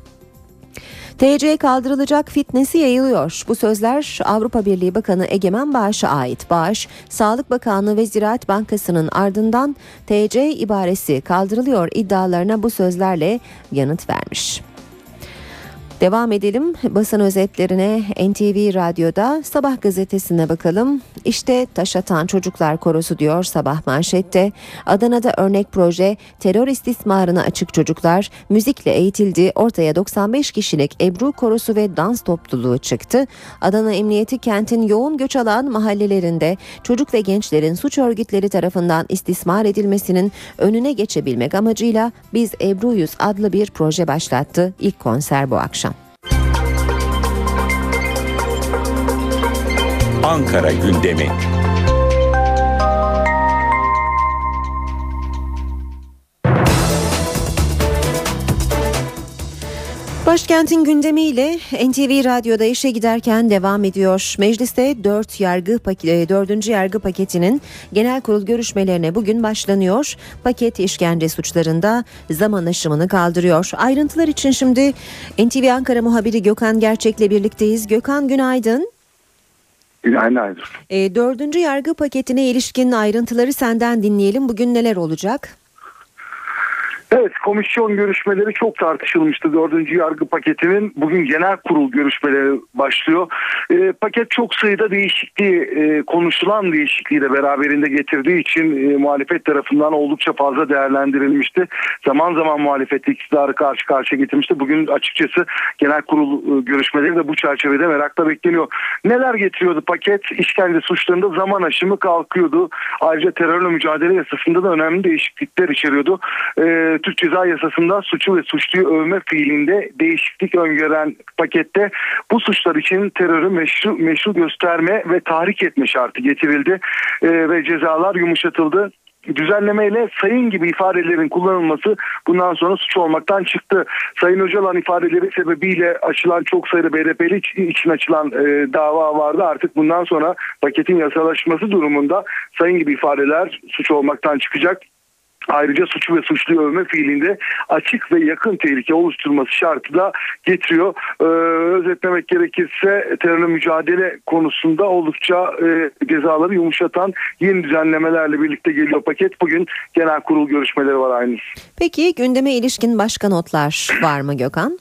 TC kaldırılacak fitnesi yayılıyor. Bu sözler Avrupa Birliği Bakanı Egemen Bağış'a ait. Bağış, Sağlık Bakanlığı ve Ziraat Bankası'nın ardından TC ibaresi kaldırılıyor iddialarına bu sözlerle yanıt vermiş. Devam edelim basın özetlerine. NTV Radyo'da Sabah gazetesine bakalım. İşte taş atan çocuklar korosu diyor Sabah manşette. Adana'da örnek proje, terör istismarına açık çocuklar müzikle eğitildi. Ortaya 95 kişilik Ebru korosu ve dans topluluğu çıktı. Adana Emniyeti kentin yoğun göç alan mahallelerinde çocuk ve gençlerin suç örgütleri tarafından istismar edilmesinin önüne geçebilmek amacıyla Biz Ebru'yuz adlı bir proje başlattı. İlk konser bu akşam. Ankara gündemi. Başkentin gündemiyle NTV Radyo'da işe giderken devam ediyor. Mecliste 4. yargı paketinin genel kurul görüşmelerine bugün başlanıyor. Paket işkence suçlarında zaman aşımını kaldırıyor. Ayrıntılar için şimdi NTV Ankara muhabiri Gökhan Gerçek'le birlikteyiz. Gökhan, günaydın. Günaydın. 4. yargı paketine ilişkin ayrıntıları senden dinleyelim. Bugün neler olacak? Evet, komisyon görüşmeleri çok tartışılmıştı. 4. yargı paketinin bugün genel kurul görüşmeleri başlıyor. Paket çok sayıda değişikliği, konuşulan değişikliği de beraberinde getirdiği için muhalefet tarafından oldukça fazla değerlendirilmişti. Zaman zaman muhalefet iktidarı karşı karşıya getirmişti. Bugün açıkçası genel kurul görüşmeleri de bu çerçevede merakla bekleniyor. Neler getiriyordu paket? İşkence suçlarında zaman aşımı kalkıyordu. Ayrıca terörle mücadele yasasında da önemli değişiklikler içeriyordu. Türk Ceza Yasası'nda suçu ve suçluyu övme fiilinde değişiklik öngören pakette bu suçlar için terörü meşru gösterme ve tahrik etme şartı getirildi ve cezalar yumuşatıldı. Düzenlemeyle sayın gibi ifadelerin kullanılması bundan sonra suç olmaktan çıktı. Sayın Öcalan ifadeleri sebebiyle açılan çok sayıda BDP'li için açılan dava vardı. Artık bundan sonra paketin yasalaşması durumunda sayın gibi ifadeler suç olmaktan çıkacak. Ayrıca suçu ve suçluyu övme fiilinde açık ve yakın tehlike oluşturması şartı da getiriyor. Özetlemek gerekirse terörle mücadele konusunda oldukça cezaları yumuşatan yeni düzenlemelerle birlikte geliyor paket. Bugün genel kurul görüşmeleri var aynı. Peki gündeme ilişkin başka notlar var mı Gökhan?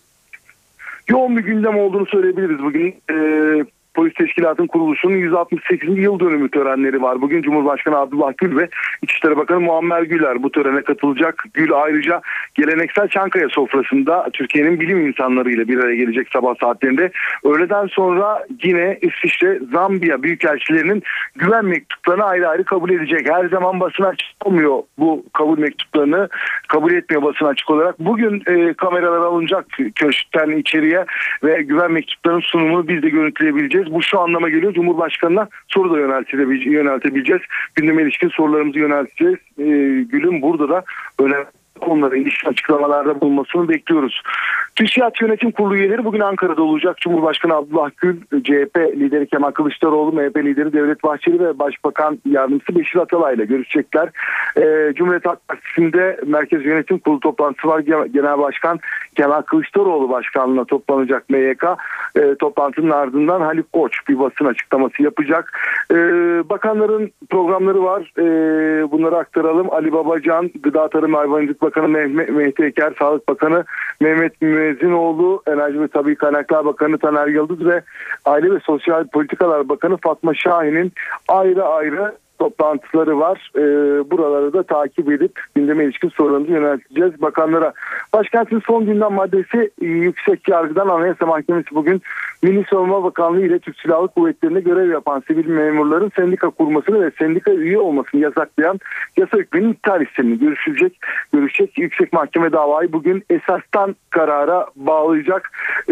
Yoğun bir gündem olduğunu söyleyebiliriz bugün. Polis Teşkilatı'nın kuruluşunun 168. yıl dönümü törenleri var. Bugün Cumhurbaşkanı Abdullah Gül ve İçişleri Bakanı Muammer Güler bu törene katılacak. Gül ayrıca geleneksel Çankaya sofrasında Türkiye'nin bilim insanlarıyla bir araya gelecek sabah saatlerinde. Öğleden sonra yine İsviçre, Zambiya büyükelçilerinin güven mektuplarını ayrı ayrı kabul edecek. Her zaman basına açık olmuyor bu kabul mektuplarını. Kabul etmiyor basına açık olarak. Bugün kameralar alınacak köşkten içeriye ve güven mektuplarının sunumunu biz de görüntüleyebileceğiz. Bu şu anlama geliyor. Cumhurbaşkanı'na soru da yöneltebileceğiz. Gündeme ilişkin sorularımızı yönelteceğiz. Gül'ün burada da önemli konulara ilişkin açıklamalarda bulunmasını bekliyoruz. TÜSİAD Yönetim Kurulu üyeleri bugün Ankara'da olacak. Cumhurbaşkanı Abdullah Gül, CHP lideri Kemal Kılıçdaroğlu, MHP lideri Devlet Bahçeli ve Başbakan Yardımcısı Beşir Atalay ile görüşecekler. Cumhuriyet Halk Partisi'nde Merkez Yönetim Kurulu toplantısı var. Genel Başkan Kemal Kılıçdaroğlu başkanlığına toplanacak MYK. Toplantının ardından Haluk Koç bir basın açıklaması yapacak. Bakanların programları var. Bunları aktaralım. Ali Babacan, Gıda Tarım Hayvancılık Bakanı Mehdi Eker, Sağlık Bakanı Mehmet Müezzinoğlu, Enerji ve Tabii Kaynaklar Bakanı Taner Yıldız ve Aile ve Sosyal Politikalar Bakanı Fatma Şahin'in ayrı ayrı toplantıları var. Buraları da takip edip gündeme ilişkin sorularımızı yönelteceğiz bakanlara. Başkentin son gündem maddesi Yüksek Yargı'dan Anayasa Mahkemesi bugün Milli Savunma Bakanlığı ile Türk Silahlı Kuvvetleri'nde görev yapan sivil memurların sendika kurmasını ve sendika üye olmasını yasaklayan yasa hükmünün iptal istemini görüşecek. Yüksek Mahkeme davayı bugün esastan karara bağlayacak.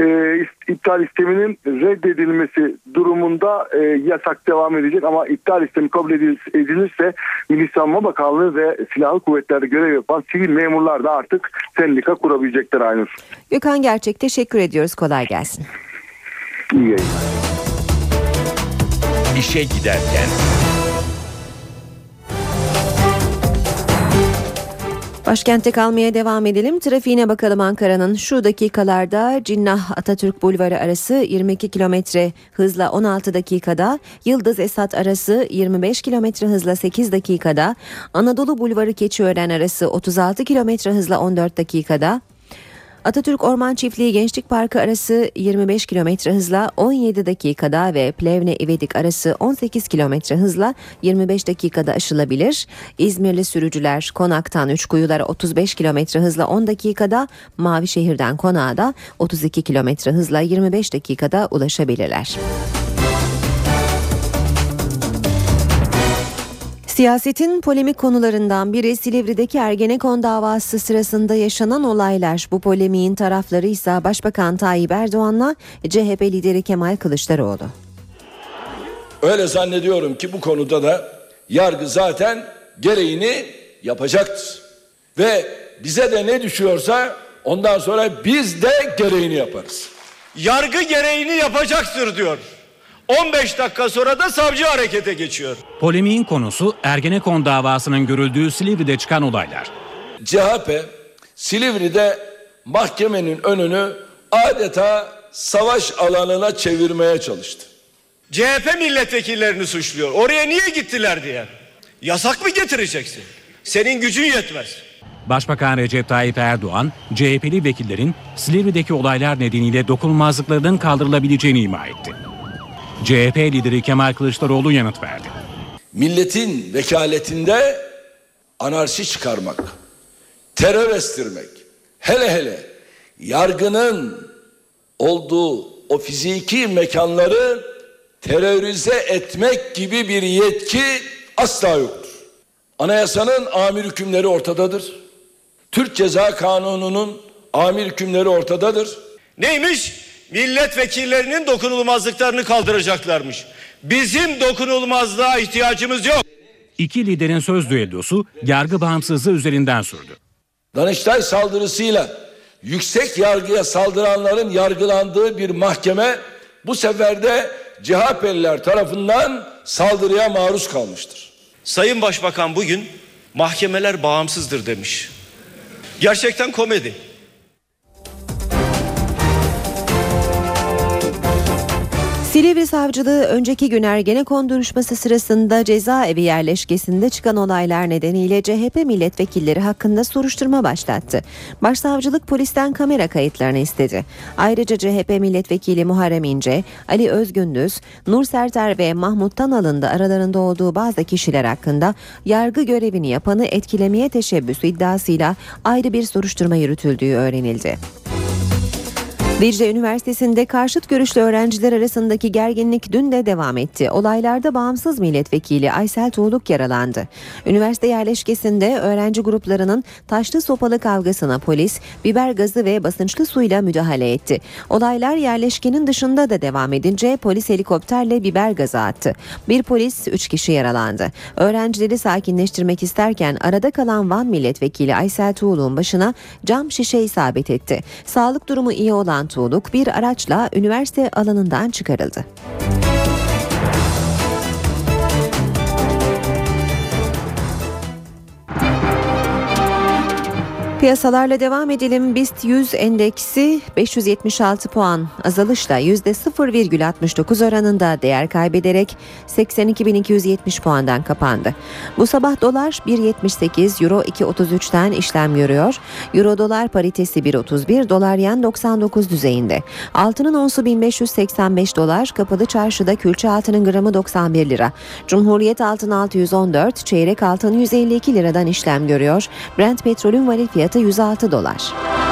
İptal isteminin reddedilmesi durumunda yasak devam edecek ama iptal istemi kabul edilirse Milli Savunma Bakanlığı ve Silahlı Kuvvetlerde görev yapan sivil memurlar da artık sendika kurabilecekler Aynur. Gökhan Gerçek, teşekkür ediyoruz. Kolay gelsin. İyi yayınlar. İşe giderken. Başkentte kalmaya devam edelim. Trafiğine bakalım Ankara'nın. Şu dakikalarda Cinnah Atatürk Bulvarı arası 22 kilometre hızla 16 dakikada, Yıldız Esat arası 25 kilometre hızla 8 dakikada, Anadolu Bulvarı Keçiören arası 36 kilometre hızla 14 dakikada, Atatürk Orman Çiftliği Gençlik Parkı arası 25 km hızla 17 dakikada ve Plevne İvedik arası 18 km hızla 25 dakikada aşılabilir. İzmirli sürücüler Konak'tan Üçkuyular'a 35 km hızla 10 dakikada, Mavişehir'den Konak'a da 32 km hızla 25 dakikada ulaşabilirler. Siyasetin polemik konularından biri Silivri'deki Ergenekon davası sırasında yaşanan olaylar. Bu polemiğin tarafları ise Başbakan Tayyip Erdoğan'la CHP lideri Kemal Kılıçdaroğlu. Öyle zannediyorum ki bu konuda da yargı zaten gereğini yapacaktır. Ve bize de ne düşüyorsa ondan sonra biz de gereğini yaparız. Yargı gereğini yapacaktır diyor. 15 dakika sonra da savcı harekete geçiyor. Polemiğin konusu Ergenekon davasının görüldüğü Silivri'de çıkan olaylar. CHP Silivri'de mahkemenin önünü adeta savaş alanına çevirmeye çalıştı. CHP milletvekillerini suçluyor. Oraya niye gittiler diye. Yasak mı getireceksin? Senin gücün yetmez. Başbakan Recep Tayyip Erdoğan, CHP'li vekillerin Silivri'deki olaylar nedeniyle dokunulmazlıklarının kaldırılabileceğini ima etti. CHP lideri Kemal Kılıçdaroğlu yanıt verdi. Milletin vekaletinde anarşi çıkarmak, terör estirmek, hele yargının olduğu o fiziki mekanları terörize etmek gibi bir yetki asla yoktur. Anayasanın amir hükümleri ortadadır. Türk Ceza Kanunu'nun amir hükümleri ortadadır. Neymiş? Milletvekillerinin dokunulmazlıklarını kaldıracaklarmış. Bizim dokunulmazlığa ihtiyacımız yok. İki liderin söz düellosu yargı bağımsızlığı üzerinden sürdü. Danıştay saldırısıyla yüksek yargıya saldıranların yargılandığı bir mahkeme bu sefer de CHP'liler tarafından saldırıya maruz kalmıştır. Sayın Başbakan bugün mahkemeler bağımsızdır demiş. Gerçekten komedi. Silivri Savcılığı önceki gün Ergenekon duruşması sırasında cezaevi yerleşkesinde çıkan olaylar nedeniyle CHP milletvekilleri hakkında soruşturma başlattı. Başsavcılık polisten kamera kayıtlarını istedi. Ayrıca CHP milletvekili Muharrem İnce, Ali Özgündüz, Nur Serter ve Mahmut Tanal'ın da aralarında olduğu bazı kişiler hakkında yargı görevini yapanı etkilemeye teşebbüsü iddiasıyla ayrı bir soruşturma yürütüldüğü öğrenildi. Dicle Üniversitesi'nde karşıt görüşlü öğrenciler arasındaki gerginlik dün de devam etti. Olaylarda bağımsız milletvekili Aysel Tuğluk yaralandı. Üniversite yerleşkesinde öğrenci gruplarının taşlı sopalı kavgasına polis biber gazı ve basınçlı suyla müdahale etti. Olaylar yerleşkenin dışında da devam edince polis helikopterle biber gazı attı. Bir polis 3 kişi yaralandı. Öğrencileri sakinleştirmek isterken arada kalan Van milletvekili Aysel Tuğluk'un başına cam şişe isabet etti. Sağlık durumu iyi olan Tuğluk bir araçla üniversite alanından çıkarıldı. Piyasalarla devam edelim. BIST 100 endeksi 576 puan azalışla %0,69 oranında değer kaybederek 82.270 puandan kapandı. Bu sabah dolar 1.78, euro 2.33'ten işlem görüyor. Euro dolar paritesi 1.31, dolar yen 99 düzeyinde. Altının onsu 1585 dolar, kapalı çarşıda külçe altının gramı 91 lira. Cumhuriyet altın 614, çeyrek altın 152 liradan işlem görüyor. Brent petrolün varil fiyatı 106 dolar.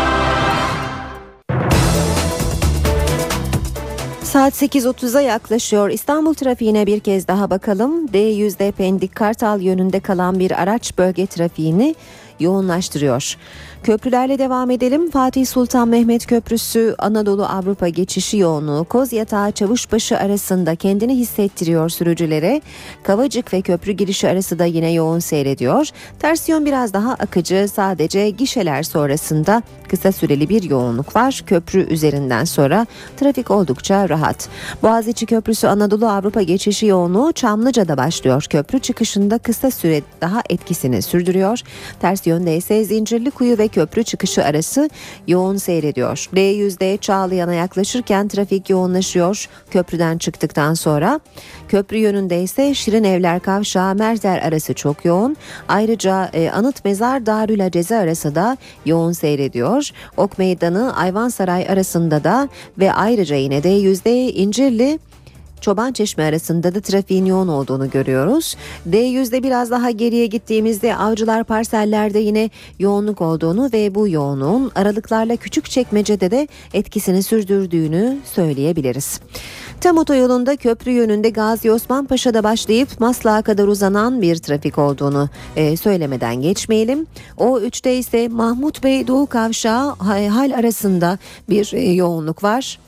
Saat 8.30'a yaklaşıyor. İstanbul trafiğine bir kez daha bakalım. D100'de Pendik Kartal yönünde kalan bir araç bölge trafiğini yoğunlaştırıyor. Köprülerle devam edelim. Fatih Sultan Mehmet Köprüsü Anadolu Avrupa geçişi yoğunluğu Kozyatağı Çavuşbaşı arasında kendini hissettiriyor sürücülere. Kavacık ve köprü girişi arası da yine yoğun seyrediyor. Ters yön biraz daha akıcı. Sadece gişeler sonrasında kısa süreli bir yoğunluk var. Köprü üzerinden sonra trafik oldukça rahat. Boğaziçi Köprüsü Anadolu Avrupa geçişi yoğunluğu Çamlıca'da başlıyor. Köprü çıkışında kısa süre daha etkisini sürdürüyor. Ters yönde ise Zincirlikuyu ve köprü çıkışı arası yoğun seyrediyor. D100'de Çağlayan'a yaklaşırken trafik yoğunlaşıyor köprüden çıktıktan sonra. Köprü yönünde ise Şirinevler Kavşağı Merter arası çok yoğun. Ayrıca Anıt Mezar Darül Aceze arası da yoğun seyrediyor. Ok Meydanı Ayvansaray arasında da ve ayrıca yine D100'de İncirli Çobançeşme arasında da trafiğin yoğun olduğunu görüyoruz. D100'de biraz daha geriye gittiğimizde Avcılar Parsellerde yine yoğunluk olduğunu ve bu yoğunluğun aralıklarla Küçükçekmece'de de etkisini sürdürdüğünü söyleyebiliriz. Tam otoyolunda köprü yönünde Gazi Osman Paşa'da başlayıp Maslak'a kadar uzanan bir trafik olduğunu söylemeden geçmeyelim. O3'te ise Mahmut Bey Doğu Kavşağı Hal arasında bir yoğunluk var.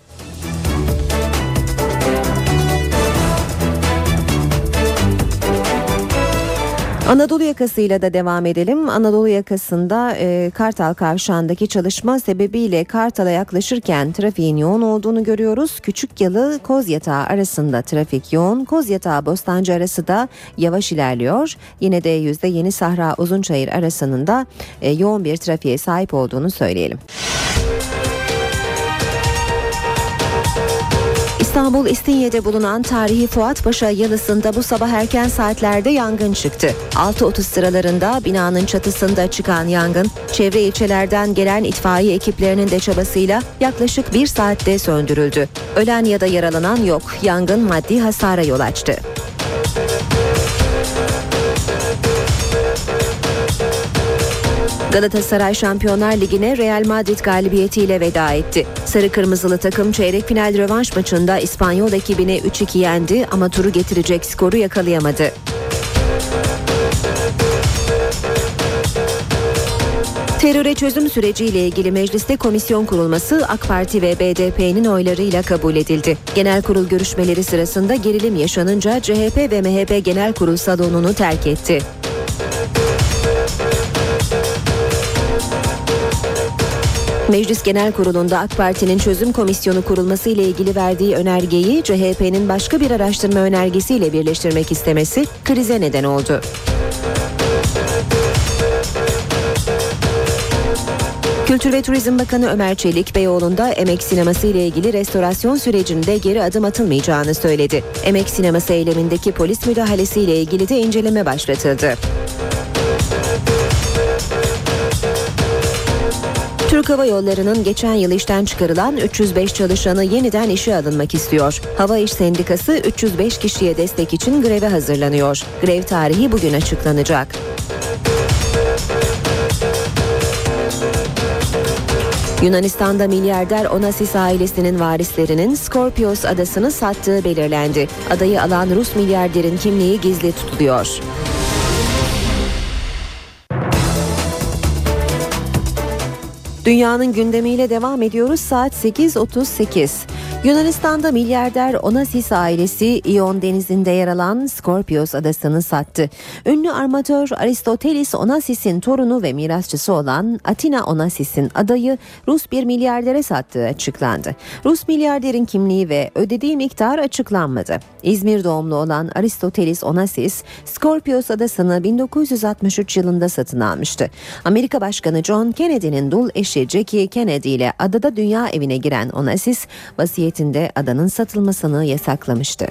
Anadolu yakasıyla da devam edelim. Anadolu yakasında Kartal Kavşağı'ndaki çalışma sebebiyle Kartal'a yaklaşırken trafiğin yoğun olduğunu görüyoruz. Küçükyalı Kozyatağı arasında trafik yoğun. Kozyatağı Bostancı arası da yavaş ilerliyor. Yine de D100'de Yeni Sahra Uzunçayır arasının da yoğun bir trafiğe sahip olduğunu söyleyelim. İstanbul İstinye'de bulunan tarihi Fuat Paşa yalısında bu sabah erken saatlerde yangın çıktı. 6.30 sıralarında binanın çatısında çıkan yangın, çevre ilçelerden gelen itfaiye ekiplerinin de çabasıyla yaklaşık 1 saatte söndürüldü. Ölen ya da yaralanan yok. Yangın maddi hasara yol açtı. Galatasaray Şampiyonlar Ligi'ne Real Madrid galibiyetiyle veda etti. Sarı Kırmızılı takım çeyrek final rövanş maçında İspanyol ekibini 3-2 yendi ama turu getirecek skoru yakalayamadı. Teröre çözüm süreciyle ilgili mecliste komisyon kurulması AK Parti ve BDP'nin oylarıyla kabul edildi. Genel kurul görüşmeleri sırasında gerilim yaşanınca CHP ve MHP Genel Kurul salonunu terk etti. Meclis Genel Kurulu'nda AK Parti'nin çözüm komisyonu kurulması ile ilgili verdiği önergeyi CHP'nin başka bir araştırma önergesiyle birleştirmek istemesi krize neden oldu. Kültür ve Turizm Bakanı Ömer Çelik, Beyoğlu'nda Emek Sineması ile ilgili restorasyon sürecinde geri adım atılmayacağını söyledi. Emek Sineması eylemindeki polis müdahalesi ile ilgili de inceleme başlatıldı. Türk Hava Yolları'nın geçen yıl işten çıkarılan 305 çalışanı yeniden işe alınmak istiyor. Hava İş Sendikası 305 kişiye destek için greve hazırlanıyor. Grev tarihi bugün açıklanacak. Yunanistan'da milyarder Onassis ailesinin varislerinin Skorpios adasını sattığı belirlendi. Adayı alan Rus milyarderin kimliği gizli tutuluyor. Dünyanın gündemiyle devam ediyoruz. Saat 8.38. Yunanistan'da milyarder Onassis ailesi İyon denizinde yer alan Skorpios adasını sattı. Ünlü armatör Aristotelis Onassis'in torunu ve mirasçısı olan Atina Onassis'in adayı Rus bir milyardere sattığı açıklandı. Rus milyarderin kimliği ve ödediği miktar açıklanmadı. İzmir doğumlu olan Aristotelis Onassis, Skorpios adasını 1963 yılında satın almıştı. Amerika Başkanı John Kennedy'nin dul eşi Jackie Kennedy ile adada dünya evine giren Onassis, vasiyetinde adanın satılmasını yasaklamıştı.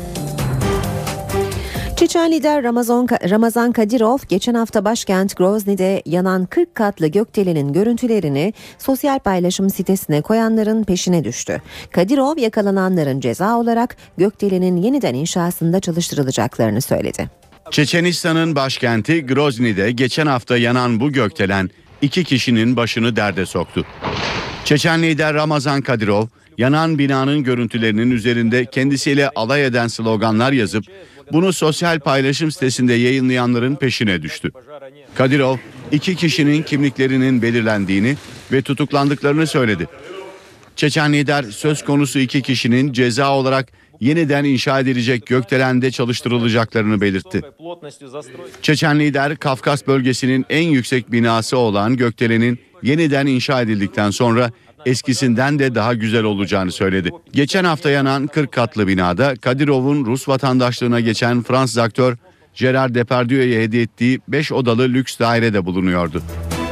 Çeçen lider Ramazan Kadyrov geçen hafta başkent Grozny'de yanan 40 katlı gökdelenin görüntülerini sosyal paylaşım sitesine koyanların peşine düştü. Kadyrov yakalananların ceza olarak gökdelenin yeniden inşasında çalıştırılacaklarını söyledi. Çeçenistan'ın başkenti Grozny'de geçen hafta yanan bu gökdelen 2 kişinin başını derde soktu. Çeçen lider Ramazan Kadyrov, yanan binanın görüntülerinin üzerinde kendisiyle alay eden sloganlar yazıp bunu sosyal paylaşım sitesinde yayınlayanların peşine düştü. Kadyrov, 2 kişinin kimliklerinin belirlendiğini ve tutuklandıklarını söyledi. Çeçen lider söz konusu 2 kişinin ceza olarak yeniden inşa edilecek gökdelende çalıştırılacaklarını belirtti. Çeçen lider, Kafkas bölgesinin en yüksek binası olan gökdelenin yeniden inşa edildikten sonra eskisinden de daha güzel olacağını söyledi. Geçen hafta yanan 40 katlı binada Kadyrov'un Rus vatandaşlığına geçen Fransız aktör Gerard Depardieu'ya hediye ettiği 5 odalı lüks dairede bulunuyordu.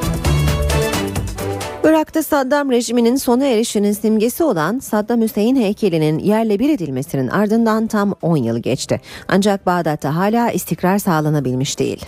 Irak'ta Saddam rejiminin sona erişinin simgesi olan Saddam Hüseyin heykelinin yerle bir edilmesinin ardından tam 10 yıl geçti. Ancak Bağdat'ta hala istikrar sağlanabilmiş değil.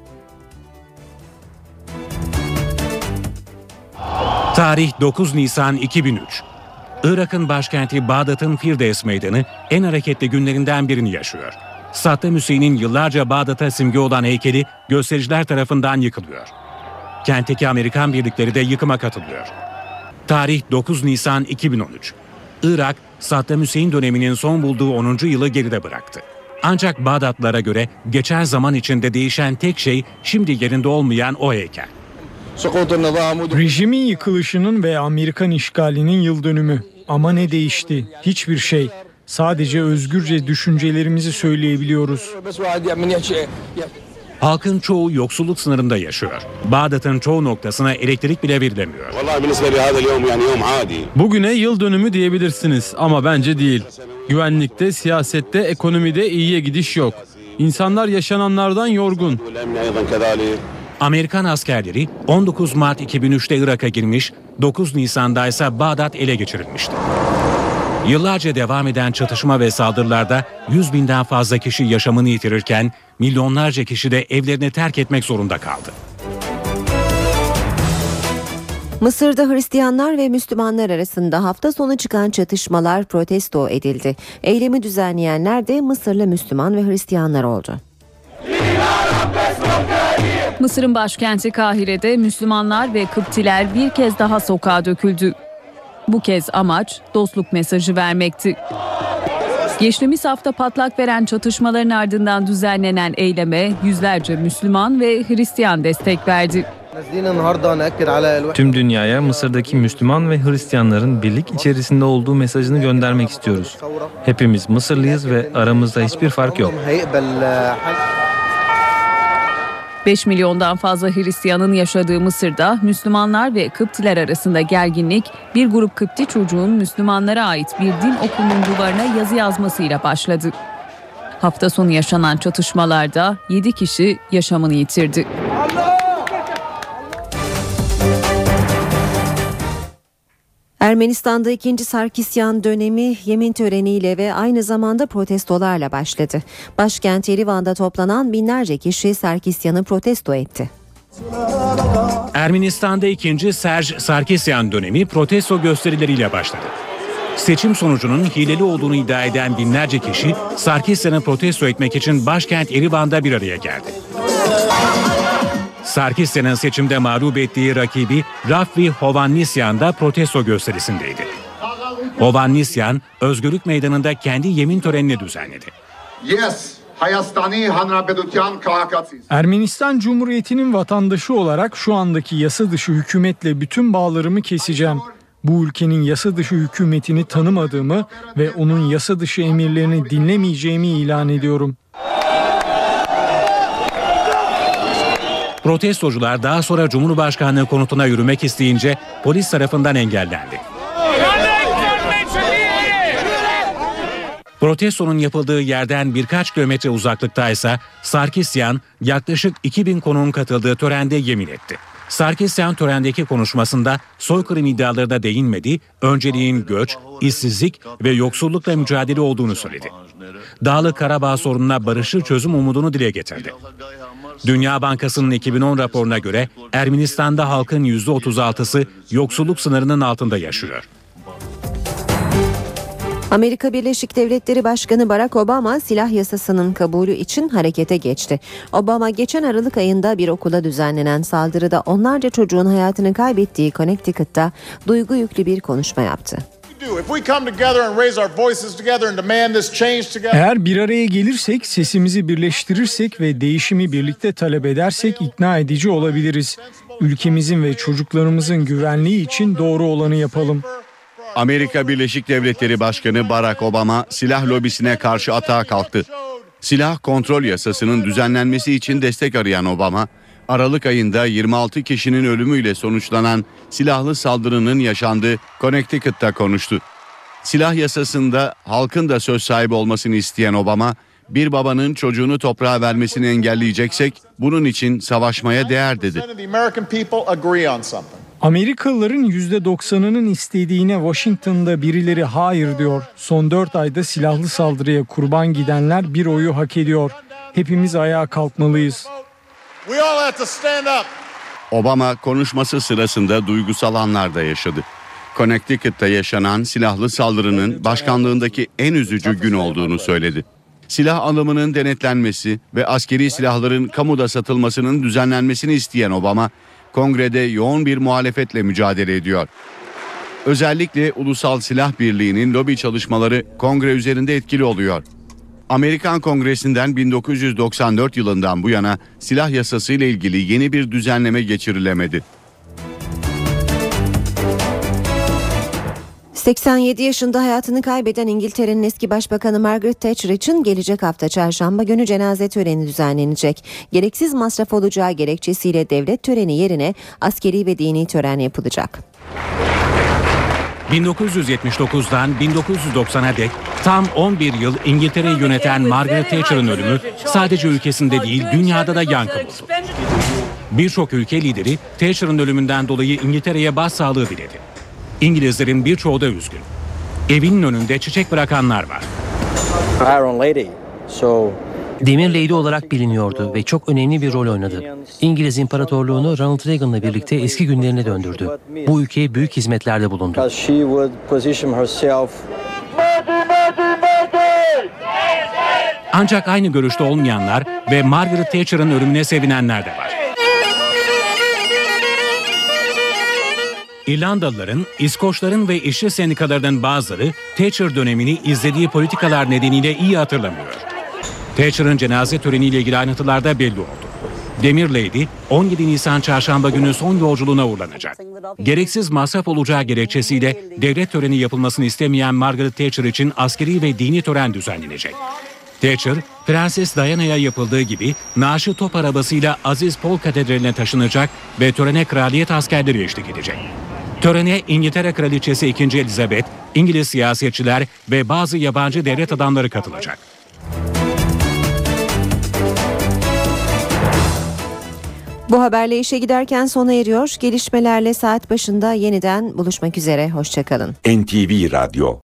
Tarih 9 Nisan 2003. Irak'ın başkenti Bağdat'ın Firdevs Meydanı en hareketli günlerinden birini yaşıyor. Saddam Hüseyin'in yıllarca Bağdat'a simge olan heykeli göstericiler tarafından yıkılıyor. Kentteki Amerikan birlikleri de yıkıma katılıyor. Tarih 9 Nisan 2013. Irak, Saddam Hüseyin döneminin son bulduğu 10. yılı geride bıraktı. Ancak Bağdatlılara göre geçen zaman içinde değişen tek şey şimdi yerinde olmayan o heykel. Rejimin yıkılışının ve Amerikan işgalinin yıl dönümü. Ama ne değişti? Hiçbir şey. Sadece özgürce düşüncelerimizi söyleyebiliyoruz. Halkın çoğu yoksulluk sınırında yaşıyor. Bağdat'ın çoğu noktasına elektrik bile verilemiyor. Bugüne yıl dönümü diyebilirsiniz ama bence değil. Güvenlikte, siyasette, ekonomide iyiye gidiş yok. İnsanlar yaşananlardan yorgun. Amerikan askerleri 19 Mart 2003'te Irak'a girmiş, 9 Nisan'da ise Bağdat ele geçirilmişti. Yıllarca devam eden çatışma ve saldırılarda 100 binden fazla kişi yaşamını yitirirken milyonlarca kişi de evlerini terk etmek zorunda kaldı. Mısır'da Hristiyanlar ve Müslümanlar arasında hafta sonu çıkan çatışmalar protesto edildi. Eylemi düzenleyenler de Mısırlı Müslüman ve Hristiyanlar oldu. Mısır'ın başkenti Kahire'de Müslümanlar ve Kıptiler bir kez daha sokağa döküldü. Bu kez amaç dostluk mesajı vermekti. Geçtiğimiz hafta patlak veren çatışmaların ardından düzenlenen eyleme yüzlerce Müslüman ve Hristiyan destek verdi. Tüm dünyaya Mısır'daki Müslüman ve Hristiyanların birlik içerisinde olduğu mesajını göndermek istiyoruz. Hepimiz Mısırlıyız ve aramızda hiçbir fark yok. 5 milyondan fazla Hristiyanın yaşadığı Mısır'da Müslümanlar ve Kıptiler arasında gerginlik bir grup Kıpti çocuğun Müslümanlara ait bir din okulunun duvarına yazı yazmasıyla başladı. Hafta sonu yaşanan çatışmalarda 7 kişi yaşamını yitirdi. Ermenistan'da 2. Sarkisyan dönemi yemin töreniyle ve aynı zamanda protestolarla başladı. Başkent Erivan'da toplanan binlerce kişi Sarkisyan'ı protesto etti. Ermenistan'da 2. Serj Sarkisyan dönemi protesto gösterileriyle başladı. Seçim sonucunun hileli olduğunu iddia eden binlerce kişi Sarkisyan'ı protesto etmek için başkent Erivan'da bir araya geldi. Sarkisyan'ın seçimde mağlup ettiği rakibi Raffi Hovhannisyan da protesto gösterisindeydi. Hovhannisyan, Özgürlük Meydanı'nda kendi yemin törenini düzenledi. Ermenistan Cumhuriyeti'nin vatandaşı olarak şu andaki yasa dışı hükümetle bütün bağlarımı keseceğim. Bu ülkenin yasa dışı hükümetini tanımadığımı ve onun yasa dışı emirlerini dinlemeyeceğimi ilan ediyorum. Protestocular daha sonra Cumhurbaşkanlığı konutuna yürümek isteyince polis tarafından engellendi. Protestonun yapıldığı yerden birkaç kilometre uzaklıktaysa Sarkisyan yaklaşık 2000 konuğun katıldığı törende yemin etti. Sarkisyan törendeki konuşmasında soykırım iddialarına değinmedi, önceliğin göç, işsizlik ve yoksullukla mücadele olduğunu söyledi. Dağlık Karabağ sorununa barışçıl çözüm umudunu dile getirdi. Dünya Bankası'nın 2010 raporuna göre Ermenistan'da halkın %36'sı yoksulluk sınırının altında yaşıyor. Amerika Birleşik Devletleri Başkanı Barack Obama silah yasasının kabulü için harekete geçti. Obama geçen Aralık ayında bir okula düzenlenen saldırıda onlarca çocuğun hayatını kaybettiği Connecticut'ta duygu yüklü bir konuşma yaptı. Eğer bir araya gelirsek, sesimizi birleştirirsek ve değişimi birlikte talep edersek ikna edici olabiliriz. Ülkemizin ve çocuklarımızın güvenliği için doğru olanı yapalım. Amerika Birleşik Devletleri Başkanı Barack Obama silah lobisine karşı atağa kalktı. Silah kontrol yasasının düzenlenmesi için destek arayan Obama, Aralık ayında 26 kişinin ölümüyle sonuçlanan silahlı saldırının yaşandığı Connecticut'ta konuştu. Silah yasasında halkın da söz sahibi olmasını isteyen Obama, bir babanın çocuğunu toprağa vermesini engelleyeceksek bunun için savaşmaya değer dedi. Amerikalıların %90'ının istediğine Washington'da birileri hayır diyor. Son 4 ayda silahlı saldırıya kurban gidenler bir oyu hak ediyor. Hepimiz ayağa kalkmalıyız. Obama konuşması sırasında duygusal anlar da yaşadı. Connecticut'ta yaşanan silahlı saldırının başkanlığındaki en üzücü gün olduğunu söyledi. Silah alımının denetlenmesi ve askeri silahların kamuda satılmasının düzenlenmesini isteyen Obama, Kongrede yoğun bir muhalefetle mücadele ediyor. Özellikle Ulusal Silah Birliği'nin lobi çalışmaları Kongre üzerinde etkili oluyor. Amerikan Kongresi'nden 1994 yılından bu yana silah yasası ile ilgili yeni bir düzenleme geçirilemedi. 87 yaşında hayatını kaybeden İngiltere'nin eski başbakanı Margaret Thatcher için gelecek hafta çarşamba günü cenaze töreni düzenlenecek. Gereksiz masraf olacağı gerekçesiyle devlet töreni yerine askeri ve dini tören yapılacak. 1979'dan 1990'a dek tam 11 yıl İngiltere'yi yöneten Margaret Thatcher'ın ölümü sadece ülkesinde değil dünyada da yankı buldu. Birçok ülke lideri Thatcher'ın ölümünden dolayı İngiltere'ye başsağlığı diledi. İngilizlerin birçoğu da üzgün. Evinin önünde çiçek bırakanlar var. Demir Lady olarak biliniyordu ve çok önemli bir rol oynadı. İngiliz İmparatorluğunu Ronald Reagan'la birlikte eski günlerine döndürdü. Bu ülkeye büyük hizmetlerde bulundu. Ancak aynı görüşte olmayanlar ve Margaret Thatcher'ın ölümüne sevinenler de var. İrlandalıların, İskoçların ve işçi sendikalarının bazıları Thatcher dönemini izlediği politikalar nedeniyle iyi hatırlamıyor. Thatcher'ın cenaze töreniyle ilgili ayrıntılar da belli oldu. Demir Lady 17 Nisan çarşamba günü son yolculuğuna uğurlanacak. Gereksiz masraf olacağı gerekçesiyle devlet töreni yapılmasını istemeyen Margaret Thatcher için askeri ve dini tören düzenlenecek. Thatcher, Prenses Diana'ya yapıldığı gibi naaşı top arabasıyla Aziz Paul Katedrali'ne taşınacak ve törene kraliyet askerleri eşlik edecek. Törene İngiltere Kraliçesi 2. Elizabeth, İngiliz siyasetçiler ve bazı yabancı devlet adamları katılacak. Bu haberle işe giderken sona eriyor. Gelişmelerle saat başında yeniden buluşmak üzere. Hoşçakalın. NTV Radyo